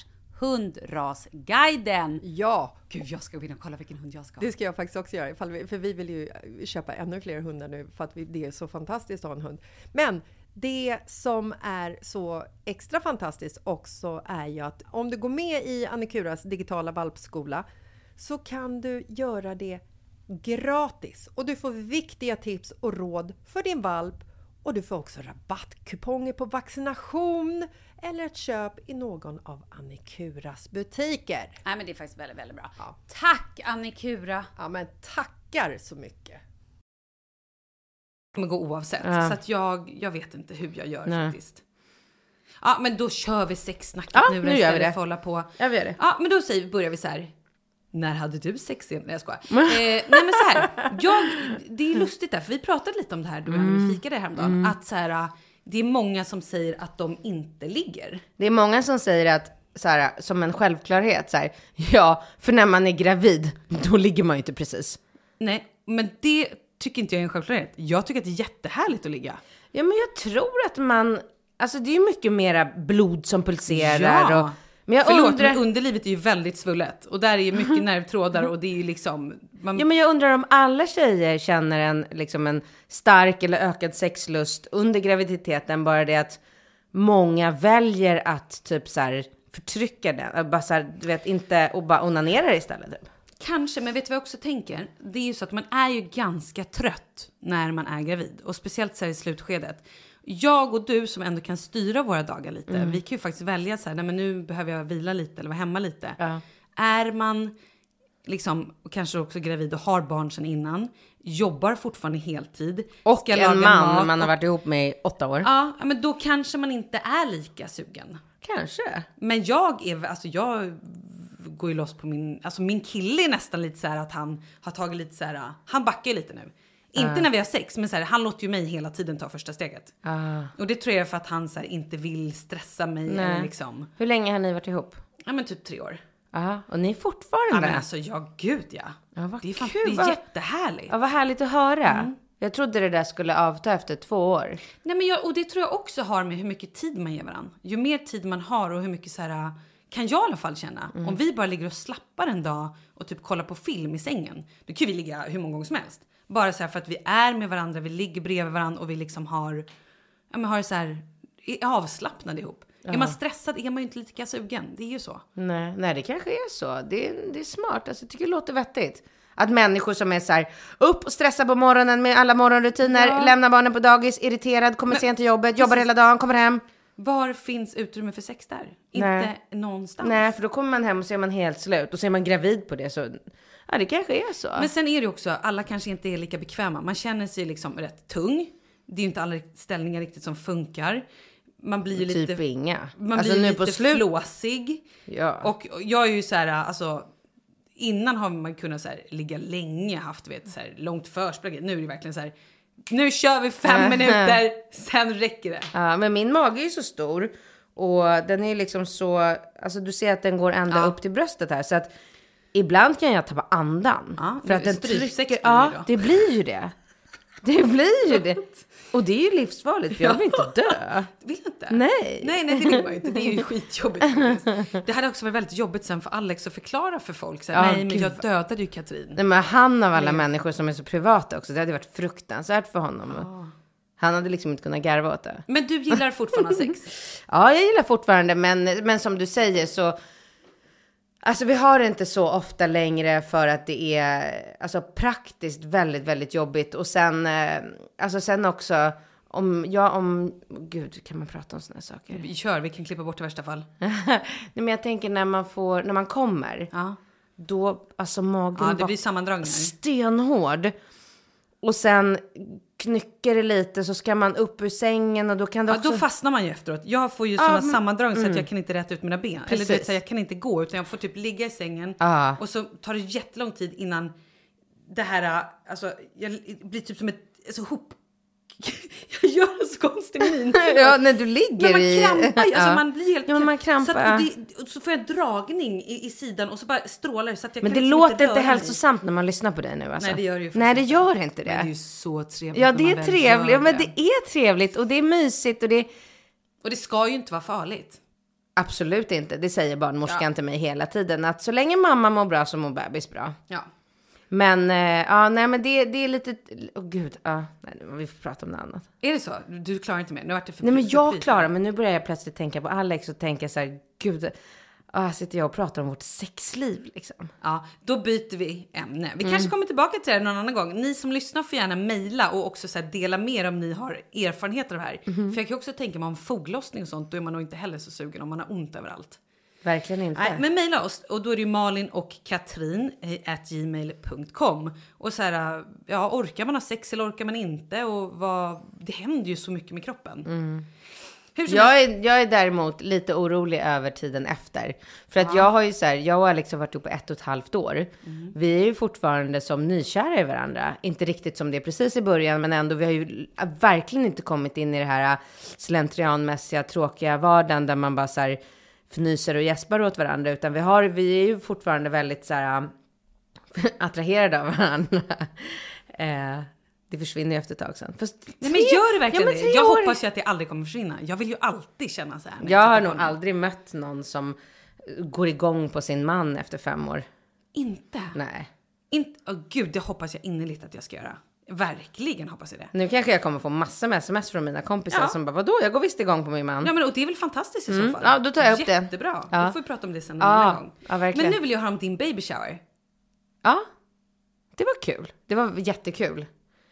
hundrasguiden. Ja. Gud, jag ska gå in och kolla vilken hund jag ska ha. Det ska jag faktiskt också göra, för vi vill ju köpa ännu fler hundar nu för att det är så fantastiskt att ha en hund. Men det som är så extra fantastiskt också är ju att om du går med i Annikuras digitala valpskola så kan du göra det gratis. Och du får viktiga tips och råd för din valp. Och du får också rabattkuponger på vaccination eller ett köp i någon av Annikuras butiker. Nej, men det är faktiskt väldigt, väldigt bra. Ja. Tack Annikura! Ja, men tackar så mycket. kommer gå oavsett. Ja. Så att jag vet inte hur jag gör Nej. faktiskt. Ja, men då kör vi sexsnacket Ja, nu nu gör vi istället det. för att hålla på. Jag vet det. Ja, men då börjar vi så här. När hade du sex igen? Nej, jag skojar. Nej, men så här. Det är lustigt där, för vi pratade lite om det här då när vi fikade häromdagen. Att så här, det är många som säger att de inte ligger. Det är många som säger att så här, som en självklarhet så här, ja, för när man är gravid då ligger man ju inte precis. Nej, men det tycker inte jag är en självklarhet. Jag tycker att det är jättehärligt att ligga. Ja, men jag tror att man, alltså det är ju mycket mera blod som pulserar. Ja. Och, men jag Förlåt, undrar, men underlivet är ju väldigt svullet. Och där är ju mycket nervtrådar och det är ju liksom... ja, men jag undrar om alla tjejer känner en stark eller ökad sexlust under graviditeten. Bara det att många väljer att typ så här förtrycka den. Bara så här, du vet, inte, och bara onanera istället typ. Kanske, men vet du vad jag också tänker? Det är ju så att man är ju ganska trött när man är gravid. Och speciellt så här i slutskedet. Jag och du som ändå kan styra våra dagar lite. Vi kan ju faktiskt välja så här, nej men nu behöver jag vila lite eller vara hemma lite. Ja. Är man liksom kanske också gravid och har barn sedan innan. Jobbar fortfarande heltid. Och ska en laga man mat, man har varit ihop med i 8 år. Ja, men då kanske man inte är lika sugen. Kanske. Men jag går ju loss på min kille är nästan lite så här att han har tagit lite så här, han backar ju lite nu. Inte när vi har sex, men så här, han låter ju mig hela tiden ta första steget. Och det tror jag för att han så här, inte vill stressa mig. Eller liksom. Hur länge har ni varit ihop? Ja, men typ 3 år. Ja, och ni är fortfarande. Ja, men alltså, gud ja. vad Det är, kul, det är vad- jättehärligt. Ja, vad härligt att höra. Jag trodde det där skulle avta efter 2 år. Nej, men och det tror jag också har med hur mycket tid man ger varandra. Ju mer tid man har och hur mycket så här, kan jag i alla fall känna. Om vi bara ligger och slappar en dag och typ kollar på film i sängen. Då kan vi ligga hur många gånger som helst. Bara så här för att vi är med varandra, vi ligger bredvid varandra och vi liksom har så här, är avslappnade ihop. Är man stressad är man ju inte lika sugen. Det är ju så. Nej, det kanske är så. Det är smart. Alltså, jag tycker det låter vettigt. Att människor som är så här, upp och stressar på morgonen med alla morgonrutiner, lämnar barnen på dagis, irriterad, kommer sent till jobbet, jobbar hela dagen, kommer hem. Var finns utrymme för sex där? Nej. Inte någonstans. Nej, för då kommer man hem och så är man helt slut. Och så är man gravid på det. Så ja, det kanske är så. Men sen är det också, alla kanske inte är lika bekväma. Man känner sig liksom rätt tung. Det är ju inte alla ställningar riktigt som funkar. Man blir ju typ lite... inga. Man alltså, blir nu lite på slut. flåsig. Ja. Och jag är ju så här, alltså... Innan har man kunnat så här, ligga länge, haft så här, långt försprång. Nu är det verkligen så här... Nu kör vi 5 minuter, sen räcker det. Ja, men min mage är ju så stor. Och den är ju liksom så... Alltså du ser att den går ända upp till bröstet här. Så att ibland kan jag tappa andan. Ja, för att den strypsex trycker... blir det Ja, då. det blir ju det. Det blir ju det. Och det är ju livsfarligt, för jag vill inte dö. Vill inte? Nej. Nej, det vill man ju inte. Det är ju skitjobbigt faktiskt. Det hade också varit väldigt jobbigt sen för Alex att förklara för folk. Så här, nej, men gud. jag dödade ju Katrin. Nej, men han av alla människor som är så privata också. Det hade varit fruktansvärt för honom. Han hade liksom inte kunnat garva åt det. Men du gillar fortfarande sex? Ja, jag gillar fortfarande. Men som du säger så... Alltså vi har det inte så ofta längre för att det är praktiskt väldigt, väldigt jobbigt. Och sen, sen också, gud, kan man prata om såna här saker? Vi kan klippa bort i värsta fall. Nej, men jag tänker när man kommer, då, magen det blir sammandragningar. stenhård. Och sen knycker det lite, så ska man upp ur sängen och då kan det också... Då fastnar man ju efteråt. Jag får ju såna sammandragningar så att jag kan inte rätta ut mina ben. Precis. Eller jag kan inte gå, utan jag får typ ligga i sängen. Och så tar det jättelång tid innan det här, jag blir typ som ett hop. Jag gör en så konstig min. Ja, när du ligger men man krampar ju, man blir helt... Ja, men man krampar. Så får jag dragning i sidan och så bara strålar så att jag men kan det liksom låter inte inte röra hälsosamt när man lyssnar på dig nu alltså. Nej, det gör det ju. Nej, det gör inte det. Men det är ju så trevligt. Ja, det är trevligt. Ja, men det är trevligt och det är mysigt och det... Och det ska ju inte vara farligt. Absolut inte. Det säger barnmorskan till mig hela tiden. Att så länge mamma mår bra så mår bebis bra. Ja. Men, nej men det är lite... Gud, nej, vi får prata om något annat. Är det så? Du klarar inte mer? Nu vart det för nej men jag klarar, men nu börjar jag plötsligt tänka på Alex och tänka så här, gud... sitter jag och pratar om vårt sexliv liksom. Ja, då byter vi ämne. Vi kanske kommer tillbaka till det någon annan gång. Ni som lyssnar får gärna mejla och också så här dela mer om ni har erfarenheter av det här. För jag kan också tänka mig om foglossning och sånt, då är man nog inte heller så sugen om man har ont överallt. Verkligen inte. Nej, men mejla oss och då är det ju Malin och Katrin @gmail.com. Och så här, ja, orkar man ha sex eller orkar man inte? Och det händer ju så mycket med kroppen. Jag är däremot lite orolig över tiden efter. För att jag har ju så här, jag och Alex har varit uppe 1,5 år. Vi är ju fortfarande som nykära i varandra. Inte riktigt som det är precis i början, men ändå, vi har ju verkligen inte kommit in i det här slentrianmässiga, tråkiga vardagen där man bara så här fnyser och gäspar åt varandra. Utan vi är ju fortfarande väldigt så här attraherade av varandra. Det försvinner ju efter ett tag sen. Nej, men gör det verkligen det? Jag hoppas ju att det aldrig kommer försvinna. Jag vill ju alltid känna så här. Jag har nog aldrig mött någon som går igång på sin man efter 5 år. Inte? Nej. Gud, det hoppas jag innerligt att jag ska göra. Verkligen hoppas jag det. Nu kanske jag kommer få massor med sms från mina kompisar som bara, vadå? Jag går visst igång på min man. Ja, men och det är väl fantastiskt i så fall. Ja, då tar jag upp det. Jättebra. Ja. Då får vi prata om det sen en annan gång. Ja, verkligen. Men nu vill jag höra om din baby shower. Ja, det var kul. Det var jättekul.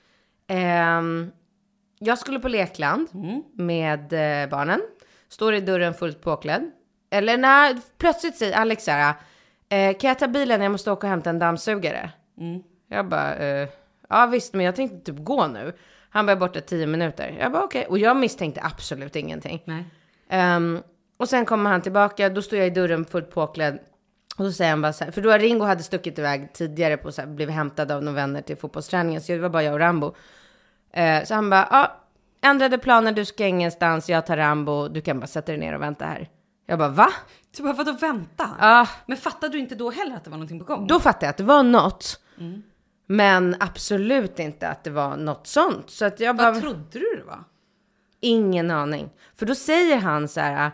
Jag skulle på lekland med barnen. Står i dörren fullt påklädd. Eller när plötsligt säger Alex så här, kan jag ta bilen? Jag måste åka och hämta en dammsugare. Jag bara, ja visst, men jag tänkte typ gå nu. Han var borta 10 minuter. Jag bara okej. Och jag misstänkte absolut ingenting. Nej. Och sen kommer han tillbaka. Då står jag i dörren fullt påklädd. Och då säger han bara så här, för då har Ringo hade stuckit iväg tidigare på så här, blev hämtad av några vänner till fotbollsträningen. Så det var bara jag och Rambo. Så han bara, ändrade planer, du ska ingenstans, jag tar Rambo, du kan bara sätta dig ner och vänta här. Jag bara, va? Du bara, vadå vänta? Ja. Men fattade du inte då heller att det var någonting på gång? Då fattade jag att det var något. Men absolut inte att det var något sånt. Så att jag bara, vad trodde du det var? Ingen aning. För då säger han så här,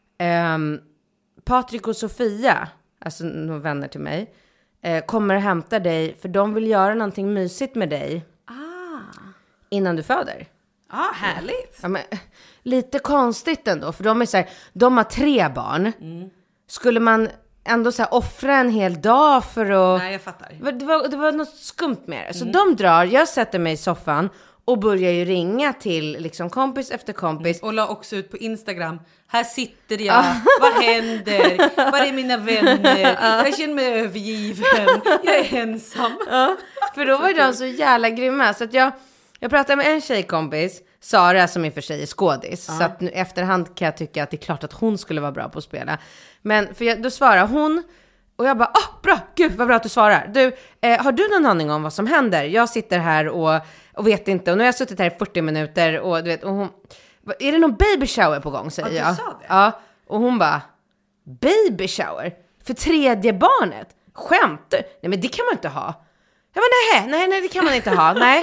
Patrik och Sofia, alltså några vänner till mig, kommer att hämta dig för de vill göra någonting mysigt med dig. Innan du föder. Ja, härligt. Ja, men, lite konstigt ändå. För de är så här, de har 3 barn. Skulle man ändå så här offra en hel dag för att... Nej, jag fattar. Det var något skumt med det. Så de drar, jag sätter mig i soffan och börjar ju ringa till liksom kompis efter kompis. Och la också ut på Instagram. Här sitter jag. Vad händer? Var är mina vänner? Jag känner mig övergiven. Jag är ensam. För då var de så jävla grymma. Så att jag pratade med en tjejkompis, Sara, som i och för sig är skådis. Så att nu efterhand kan jag tycka att det är klart att hon skulle vara bra på att spela. Men då svarar hon. Och jag bara, bra, gud vad bra att du svarar. Du, har du någon aning om vad som händer? Jag sitter här och vet inte. Och nu har jag suttit här i 40 minuter. Och du vet, och hon, är det någon baby shower på gång, säger jag. Du sa det? Ja, och hon bara, baby shower? För 3:e barnet? Skämt? Nej, men det kan man inte ha. Jag bara, nej, det kan man inte ha. Nej.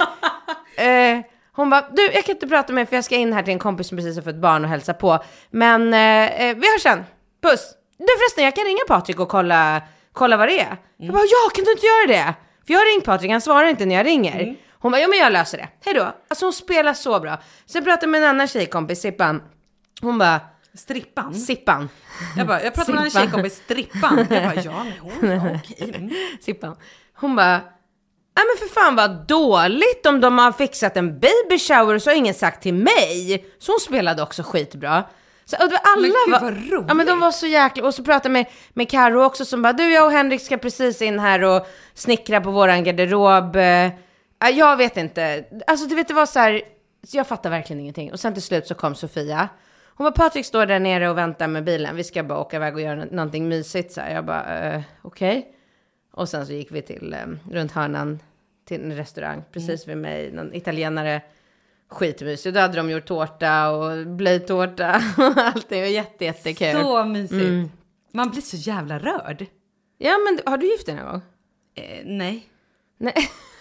Hon bara, du, jag kan inte prata med för jag ska in här till en kompis som precis har fått barn och hälsa på. Men vi hörs sen. Puss. Du förresten, jag kan ringa Patrik och kolla vad det är. Jag bara, ja, kan du inte göra det? För jag har ringt Patrik, han svarar inte när jag ringer. Hon bara, ja men jag löser det. Hej då. Alltså hon spelar så bra. Sen pratade jag med en annan tjejkompis, Sippan. Hon bara, Strippan? Sippan. Jag pratade med en tjejkompis, Strippan. Jag bara, ja men hon, okej. Sippan. Hon bara, nej men för fan vad dåligt om de har fixat en baby shower, så har ingen sagt till mig. Så hon spelade också skitbra. Så, och alla men gud, vad roligt. Ja, men de var så jäkla... Och så pratade jag med Karo också som bara, du, jag och Henrik ska precis in här och snickra på våran garderob. Jag vet inte. Alltså du vet, det var så här... Så jag fattar verkligen ingenting. Och sen till slut så kom Sofia. Hon var, Patrik står där nere och väntar med bilen. Vi ska bara åka iväg och göra någonting mysigt. Så här. Jag bara, okej. Och sen så gick vi till runt hörnan till en restaurang. Precis vid mig. Någon italienare. Skitmysigt. Då hade de gjort tårta och blöjtårta och allt. Det var jättekul. Så mysigt. Man blir så jävla rörd. Ja, men har du gift dig någon gång? Nej. Nej.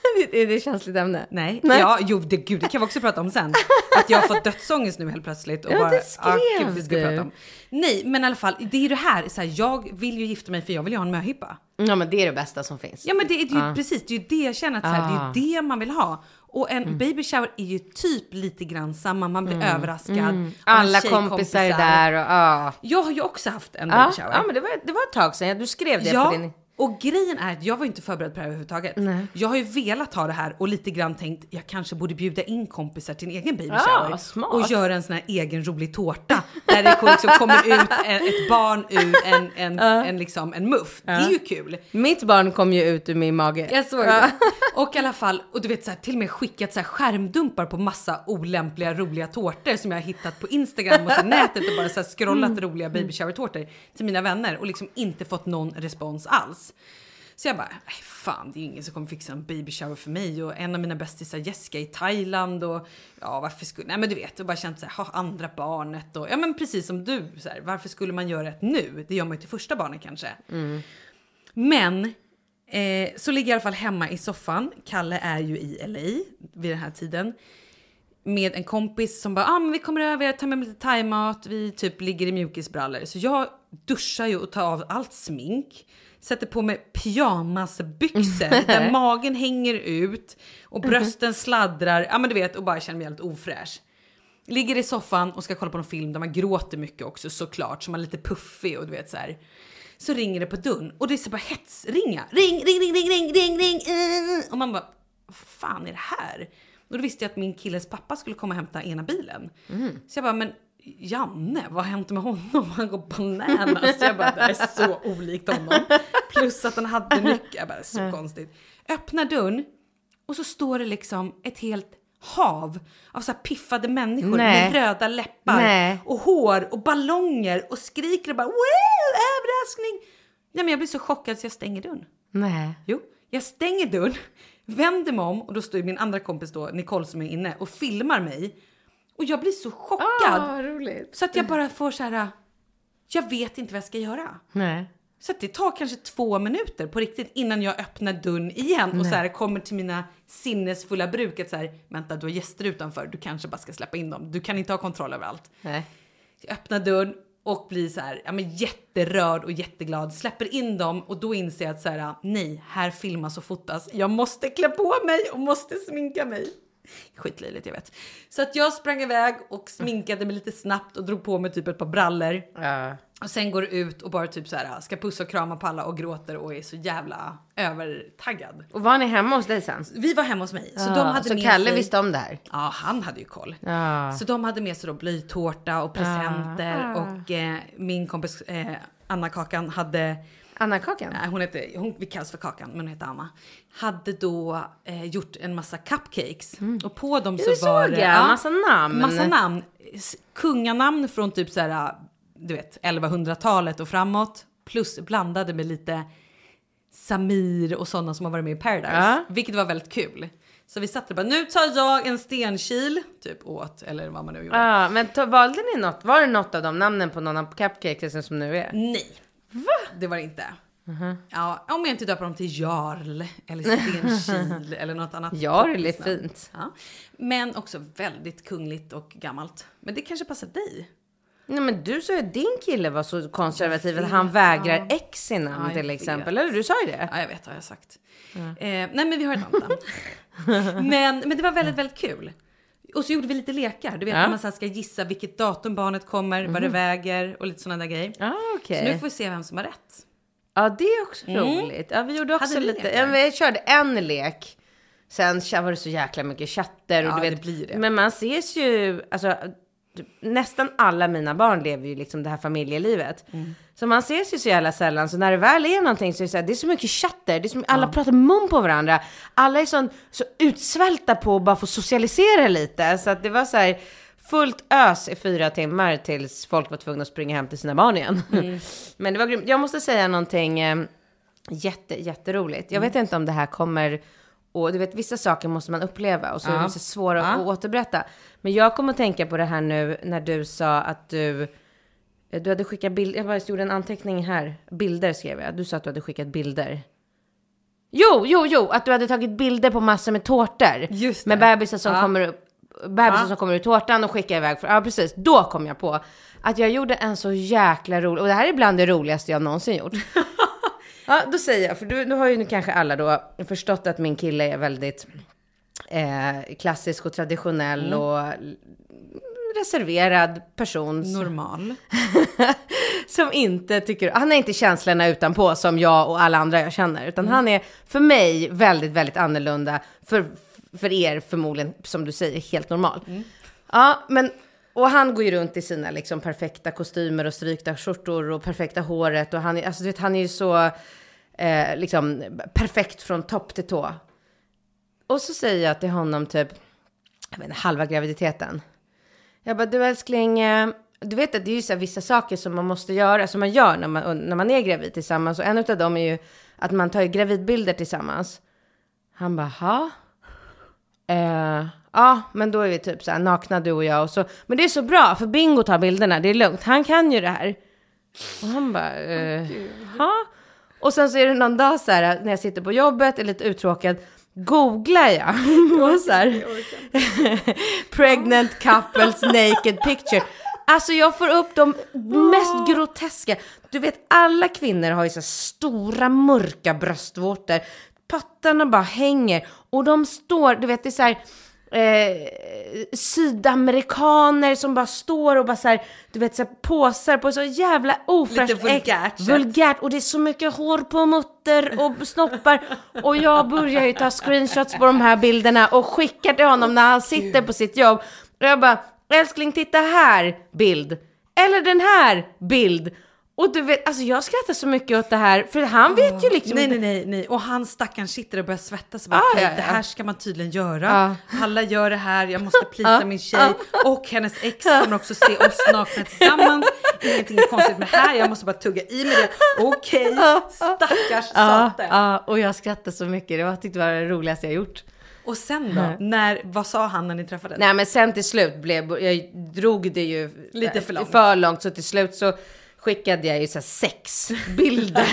Är det känsligt ämne? Nej. Ja, det kan vi också prata om sen. Att jag har fått dödsångest nu helt plötsligt. Och det skrev det ska vi prata om. Nej, men i alla fall, det är ju det här. Så här, jag vill ju gifta mig för jag vill ju ha en möhippa. Ja, men det är det bästa som finns. Ja, men det är ju precis, det är ju det jag känner att så här, det är ju det man vill ha. Och en baby shower är ju typ lite grann samma, man blir överraskad. Alla kompisar är där och Jag har ju också haft en baby shower. Ja, men det var ett tag sedan, du skrev det på din... Och grejen är att jag var inte förberedd på det här överhuvudtaget. Nej. Jag har ju velat ha det här och lite grann tänkt jag kanske borde bjuda in kompisar till en egen baby shower. Smart. Och göra en sån här egen rolig tårta där det liksom kommer ut ett barn ur liksom en muff. Det är ju kul. Mitt barn kom ju ut ur min mage. Jag såg det. Och i alla fall, och du vet så här, till och med skickat så här skärmdumpar på massa olämpliga roliga tårtor som jag har hittat på Instagram och så nätet och bara så här scrollat roliga baby shower tårtor till mina vänner och liksom inte fått någon respons alls. Så jag bara, fan, det är ingen som kommer fixa en baby shower för mig. Och en av mina bästisar, Jessica, i Thailand. Och ja, varför skulle... Nej, men du vet, och bara känt så här, ha andra barnet. Och ja, men precis som du, så här, varför skulle man göra det nu? Det gör man ju till första barnet kanske. Men, så ligger jag i alla fall hemma i soffan. Kalle är ju i LA vid den här tiden. Med en kompis som bara, men vi kommer över, tar med lite thaimat. Vi typ ligger i mjukisbrallor. Så jag duschar ju och tar av allt smink. Sätter på mig pyjamasbyxor där magen hänger ut och brösten sladdrar. Ja, men du vet, och bara känner mig helt ofräsch. Ligger i soffan och ska kolla på någon film där man gråter mycket också, såklart. Så man är lite puffig och du vet så här. Så ringer det på dörren och det är så bara hetsringa. Ring. Och man bara, vad fan är det här? Och då visste jag att min killes pappa skulle komma och hämta ena bilen. Så jag bara, men Janne, vad har hänt med honom? Han går bananas. Jag bara, det är så olikt honom. Plus att han hade mycket. Jag bara, så konstigt. Öppnar dörren och så står det liksom ett helt hav av så här piffade människor med röda läppar och hår och ballonger och skriker och bara, wow, överraskning. Nej, men jag blir så chockad så jag stänger dörren. Nej. Jo, jag stänger dörren, vänder mig om och då står min andra kompis då, Nicole, som är inne och filmar mig. Och jag blir så chockad. Roligt. Så att jag bara får så här, jag vet inte vad jag ska göra. Nej. Så att det tar kanske 2 minuter på riktigt innan jag öppnar dörren igen. Och så här kommer till mina sinnesfulla bruk att så här, vänta, du har gäster utanför. Du kanske bara ska släppa in dem. Du kan inte ha kontroll över allt. Nej. Jag öppnar dörren och blir så här, ja, men jätterörd och jätteglad. Släpper in dem och då inser jag att så här, nej, här filmas och fotas. Jag måste klä på mig och måste sminka mig. Skitlöjligt, jag vet. Så att jag sprang iväg och sminkade mig lite snabbt och drog på mig typ ett par brallor. Och sen går ut och bara typ så här, ska pussa och krama på alla och gråter och är så jävla övertaggad. Och var ni hemma hos dig sen? Vi var hemma hos mig. Så de hade så med Kalle sig... visste om det här? Ja, han hade ju koll. Så de hade med sig då blytårta och presenter. Och min kompis Anna Kakan hade... Anna Kakan? Vi kallas för Kakan, men hon heter Anna. Hade då gjort en massa cupcakes. Och på dem så var det massa namn. Kunganamn från typ så här, du vet, 1100-talet och framåt. Plus blandade med lite Samir och sådana som har varit med i Paradise. Vilket var väldigt kul. Så vi satt och bara, nu tar jag en stenkil typ åt, eller vad man nu gjorde. Men valde ni något? Var det något av de namnen på någon av cupcakesen som nu är? Nej. Va? Det var det inte. Ja, om jag inte döper dem till Jarl eller Stenkil eller något annat. Jarl är fint. Ja. Men också väldigt kungligt och gammalt. Men det kanske passar dig. Nej, men du sa ju att din kille var så konservativ att han vägrar ex i namn till exempel. Eller du sa ju det. Ja, jag vet, har jag sagt. Nej, men vi har ett annat namn. men det var väldigt, väldigt kul. Och så gjorde vi lite lekar. Du vet, när man så ska gissa vilket datum barnet kommer, vad det väger och lite sådana där grejer. Okay. Så nu får vi se vem som har rätt. Ja, det är också roligt. Ja, vi gjorde också lite. Ja, vi körde en lek. Sen var det så jäkla mycket chatter. Och du vet, det blir det. Men man ses ju... Alltså, nästan alla mina barn lever ju liksom det här familjelivet. Så man ses ju så jävla sällan. Så när det väl är någonting så är det så här, det är så mycket chatter. Det är så mycket, alla pratar mun på varandra. Alla är så utsvälta på att bara få socialisera lite. Så att det var så här fullt ös i 4 timmar tills folk var tvungna att springa hem till sina barn igen. Men det var grymt. Jag måste säga någonting jätteroligt. Jag vet inte om det här kommer... Och du vet, vissa saker måste man uppleva. Och så är det så svåra att återberätta. Men jag kommer att tänka på det här nu när du sa att du hade skickat bilder. Jag bara gjorde en anteckning här. Bilder skrev jag. Du sa att du hade skickat bilder. Jo, att du hade tagit bilder på massor med tårtor. Just det. Med bebisar som kommer upp. Bebisar som kommer ur tårtan och skickar iväg. Ja, precis. Då kom jag på att jag gjorde en så jäkla rolig. Och det här är bland det roligaste jag någonsin gjort. Ja, då säger jag. För du har ju nu kanske alla då förstått att min kille är väldigt klassisk och traditionell och reserverad person. Normal. Som inte tycker, han är inte känslorna utanpå som jag och alla andra jag känner. Utan han är för mig väldigt, väldigt annorlunda. För er förmodligen, som du säger, helt normal. Ja, men, och han går ju runt i sina liksom perfekta kostymer och strykta skjortor och perfekta håret. Och han är, alltså, du vet, han är ju så liksom perfekt från topp till tå. Och så säger jag till honom typ, jag vet inte, halva graviditeten. Jag bara, du älskling, du vet att det är ju så här vissa saker som man måste göra, som man gör när man är gravid tillsammans. Och en av dem är ju att man tar gravidbilder tillsammans. Han bara, ha? Ja, men då är vi typ så här nakna du och jag. Och så. Men det är så bra, för Bingo tar bilderna, det är lugnt. Han kan ju det här. Och han bara, ha? Och sen så är det någon dag så här, när jag sitter på jobbet, är lite uttråkad, googlar jag och så här, pregnant couples naked picture. Alltså jag får upp de mest groteska. Du vet, alla kvinnor har ju så stora mörka bröstvårtor. Pattarna bara hänger. Och de står, du vet, det är så här sydamerikaner som bara står och bara så här, du vet, så här, påsar på så jävla ofräscht, vulgärt, och det är så mycket hår på mutter och snoppar. Och jag börjar ju ta screenshots på de här bilderna och skickar till honom när han sitter på sitt jobb. Och jag bara, älskling, titta här bild, eller den här bild. Och du vet, alltså jag skrattar så mycket åt det här, för han vet ju liksom... Nej. Och han stackaren sitter och börjar svettas. Bara, okay, det här ska man tydligen göra. Alla gör det här, jag måste plisa min tjej. Och hennes ex kommer också se oss nakna tillsammans. Ingenting är konstigt med det här, jag måste bara tugga i med det. Okej, stackars sate. Ja, och jag skrattar så mycket, jag tyckte det var det roligaste jag gjort. Och sen då, vad sa han när ni träffades? Nej, men sen till slut jag drog det ju lite för långt, så till slut så skickade jag ju så här 6 bilder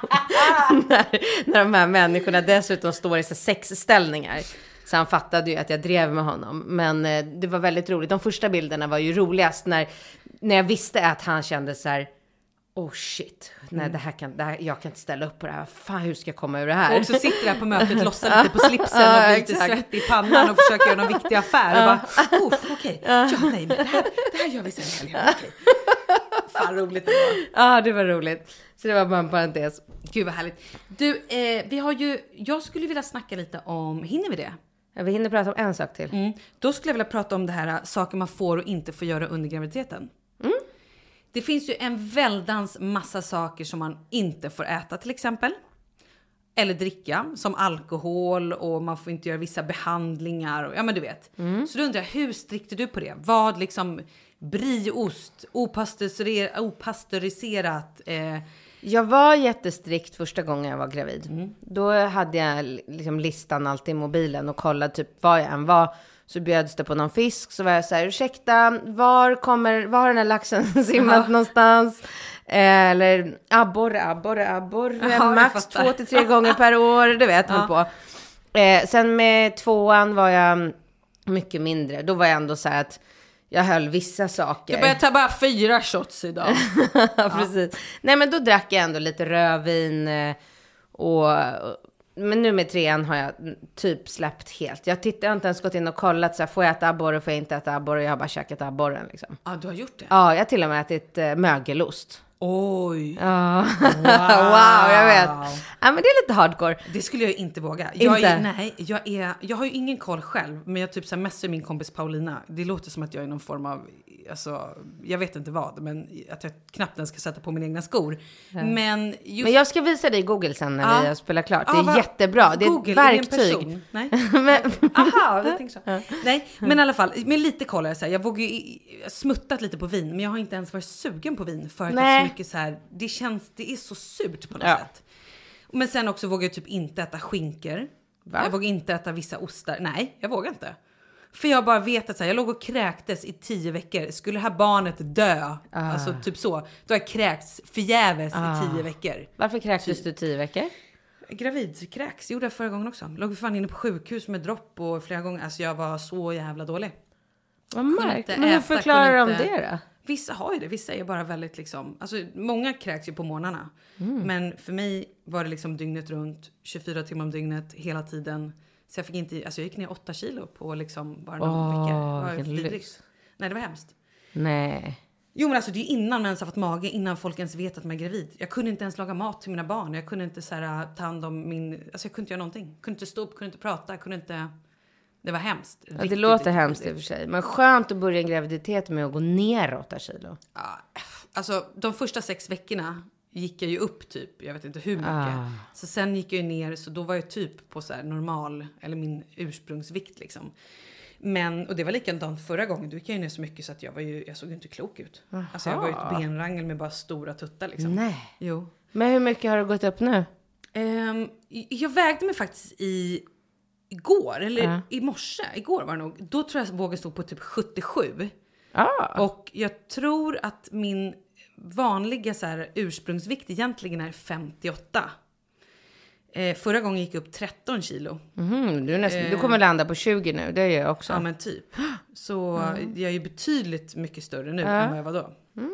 när de här människorna dessutom står i så 6 ställningar. Så han fattade ju att jag drev med honom. Men det var väldigt roligt. De första bilderna var ju roligast när jag visste att han kände så här, oh shit, nej, jag kan inte ställa upp på det här. Fan, hur ska jag komma ur det här? Och så sitter jag på mötet, lossar lite på slipsen och blir lite svettig i pannan och försöker göra någon viktig affär. Och bara, okej. Ja, nej, men det här gör vi sen helgen. Okej. Fan, roligt det var. Ja, det var roligt. Så det var bara en parentes. Gud vad härligt. Du, vi har ju, jag skulle vilja snacka lite om, hinner vi det? Ja, vi hinner prata om en sak till. Då skulle jag vilja prata om det här, saker man får och inte får göra under graviditeten. Det finns ju en väldans massa saker som man inte får äta till exempel. Eller dricka, som alkohol, och man får inte göra vissa behandlingar. Och, ja, men du vet. Så då undrar jag, hur strikt är du på det? Vad liksom, brieost, opastöriserat. Jag var jättestrikt första gången jag var gravid. Då hade jag liksom listan alltid i mobilen och kollade typ vad jag än var. Så bjöds det på någon fisk, så var jag så här, ursäkta, var har den här laxen simmat någonstans? Eller abborre, max 2-3 gånger per år, du vet, höll på. Sen med 2:an var jag mycket mindre. Då var jag ändå så här att jag höll vissa saker. Jag började ta bara 4 shots idag. Precis. Nej, men då drack jag ändå lite rödvin men nu med 3:an har jag typ släppt helt. Jag har inte ens gått in och kollat så här, får jag äta abborre, får jag inte äta abborre. Jag har bara käkat abborren liksom. Ja, du har gjort det? Ja, jag har till och med ätit mögelost. Oj. Ja. Wow, jag vet. Ja, men det är lite hardcore. Det skulle jag inte våga. Jag har ju ingen koll själv, men jag typ så här messar min kompis Paulina. Det låter som att jag är någon form av, alltså, jag vet inte vad, men att jag knappt ens ska sätta på mina egna skor. Ja. Men jag ska visa dig Google sen när vi har spelat klart. Det är jättebra. Det är Google, ett verktyg. Är det en person? Nej. Aha, jag tänker så. Nej, men i alla fall, med lite koll är jag så här, jag vågar ju smuttat lite på vin, men jag har inte ens varit sugen på vin för att det är så mycket så här, det är så surt på något sätt. Men sen också vågar jag typ inte äta skinkor. Va? Jag vågar inte äta vissa ostar. Nej, jag vågar inte. För jag bara vet att så här, jag låg och kräktes i 10 veckor. Skulle det här barnet dö, alltså typ så, då har jag kräkts förgäves i 10 veckor. Varför kräktes du 10 veckor? Gravidkräks gjorde jag förra gången också. Låg fan inne på sjukhus med dropp och flera gånger. Alltså jag var så jävla dålig. Vad märkt. Men hur förklarar de det då? Vissa har ju det. Vissa är bara väldigt liksom... Alltså många kräks ju på morgnarna. Men för mig var det liksom dygnet runt. 24 timmar om dygnet. Hela tiden. Så jag fick inte... Alltså jag gick ner 8 kilo på liksom bara några veckor. Det var vidrigt. Nej, det var hemskt. Nej. Jo men alltså det är innan man ens har fått mage. Innan folk ens vet att man är gravid. Jag kunde inte ens laga mat till mina barn. Jag kunde inte så här, ta hand om min... Alltså jag kunde inte göra någonting. Kunde inte stå upp, kunde inte prata. Kunde inte... Det var hemskt. Ja, det låter hemskt i och för sig. Men skönt att börja en graviditet med att gå ner 8 kilo. Ja, alltså de första 6 veckorna gick jag ju upp typ. Jag vet inte hur mycket. Så sen gick jag ju ner. Så då var jag typ på så här normal. Eller min ursprungsvikt liksom. Men, och det var likadant förra gången. Du gick jag ju ner så mycket så att jag såg inte klok ut. Aha. Alltså jag var ju ett benrangel med bara stora tuttar liksom. Nej. Jo. Men hur mycket har du gått upp nu? Jag vägde mig faktiskt igår. Eller i morse. Igår var det nog. Då tror jag vågen stod på typ 77. Och jag tror att min vanliga så här, ursprungsvikt egentligen är 58. Förra gången gick jag upp 13 kilo. Du kommer landa på 20 nu, det gör jag också. Ja men typ. Så jag är ju betydligt mycket större nu än vad jag var då.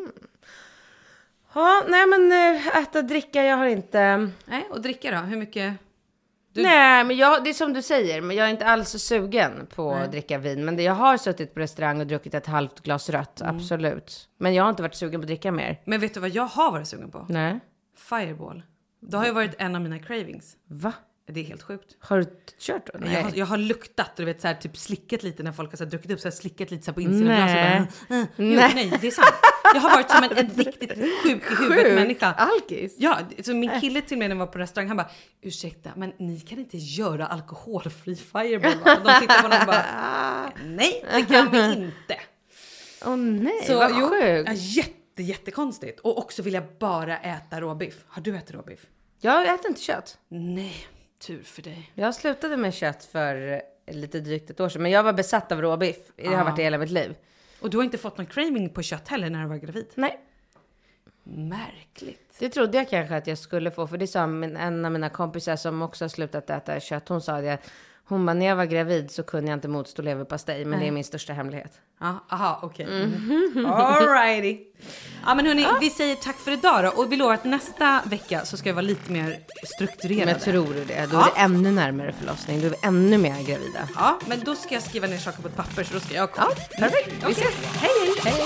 Ja, nej men äta och dricka, jag har inte... Nej, och dricka då? Hur mycket? Nej, men det är som du säger, men jag är inte alls så sugen på att dricka vin. Men jag har suttit på restaurang och druckit ett halvt glas rött, absolut. Men jag har inte varit sugen på att dricka mer. Men vet du vad jag har varit sugen på? Nej. Fireball. Det har ju varit en av mina cravings. Va? Det är helt sjukt. Har du kört då? Jag har luktat och du vet så här, typ slickat lite när folk har så här, druckit upp så här, slickat lite så här, på insidan av glaset. Nej, det är sant. Jag har varit som en riktigt sjuk i huvudet människa. Alkis? Ja, så min kille till mig när jag var på restaurang, han bara, ursäkta, men ni kan inte göra alkoholfri Fireball. Och de tittar på honom och bara, nej, det kan vi inte. Nej, så, vad sjukt. Jättekonstigt. Och också vill jag bara äta råbiff. Har du ätit råbiff? Jag äter inte kött. Nej, tur för dig. Jag slutade med kött för lite drygt ett år sedan. Men jag var besatt av råbiff. Det har varit hela mitt liv. Och du har inte fått någon craving på kött heller när du var gravid? Nej. Märkligt. Det trodde jag kanske att jag skulle få. För det sa en av mina kompisar som också har slutat äta kött. Hon sa det. Hon bara, när jag var gravid så kunde jag inte motstå leverpastej. Men det är min största hemlighet. Aha, okej. All righty. Ja, men hörni, vi säger tack för idag då. Och vi lovar att nästa vecka så ska jag vara lite mer strukturerad. Men tror du det? Då är det ännu närmare förlossning. Då är vi ännu mer gravida. Ja, men då ska jag skriva ner saker på ett papper. Så då ska jag komma. Ja, perfekt. Vi ses. Hej.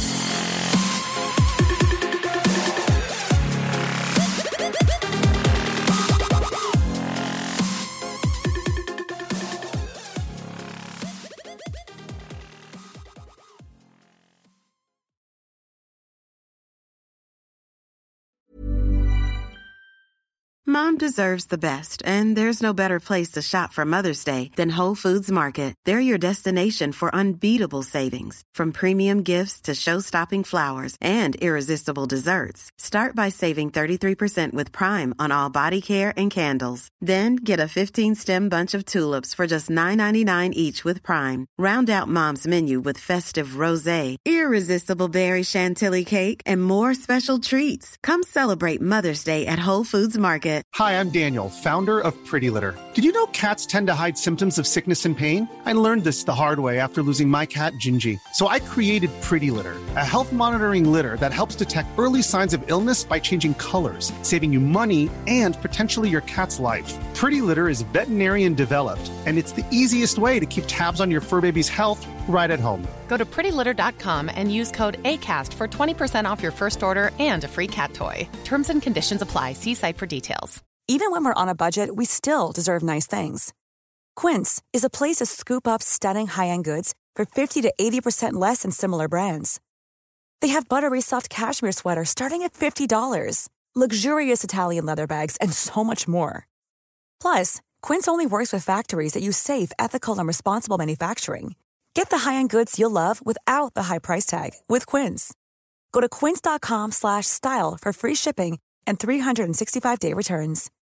Mom deserves the best, and there's no better place to shop for Mother's Day than Whole Foods Market. They're your destination for unbeatable savings, from premium gifts to show-stopping flowers and irresistible desserts. Start by saving 33% with Prime on all body care and candles. Then get a 15-stem bunch of tulips for just $9.99 each with Prime. Round out Mom's menu with festive rosé, irresistible berry chantilly cake, and more special treats. Come celebrate Mother's Day at Whole Foods Market. Hi, I'm Daniel, founder of Pretty Litter. Did you know cats tend to hide symptoms of sickness and pain? I learned this the hard way after losing my cat, Gingy. So I created Pretty Litter, a health monitoring litter that helps detect early signs of illness by changing colors, saving you money and potentially your cat's life. Pretty Litter is veterinarian developed, and it's the easiest way to keep tabs on your fur baby's health right at home. Go to prettylitter.com and use code ACAST for 20% off your first order and a free cat toy. Terms and conditions apply. See site for details. Even when we're on a budget, we still deserve nice things. Quince is a place to scoop up stunning high-end goods for 50 to 80% less than similar brands. They have buttery soft cashmere sweaters starting at $50, luxurious Italian leather bags, and so much more. Plus, Quince only works with factories that use safe, ethical, and responsible manufacturing. Get the high-end goods you'll love without the high price tag with Quince. Go to quince.com/style for free shipping and 365-day returns.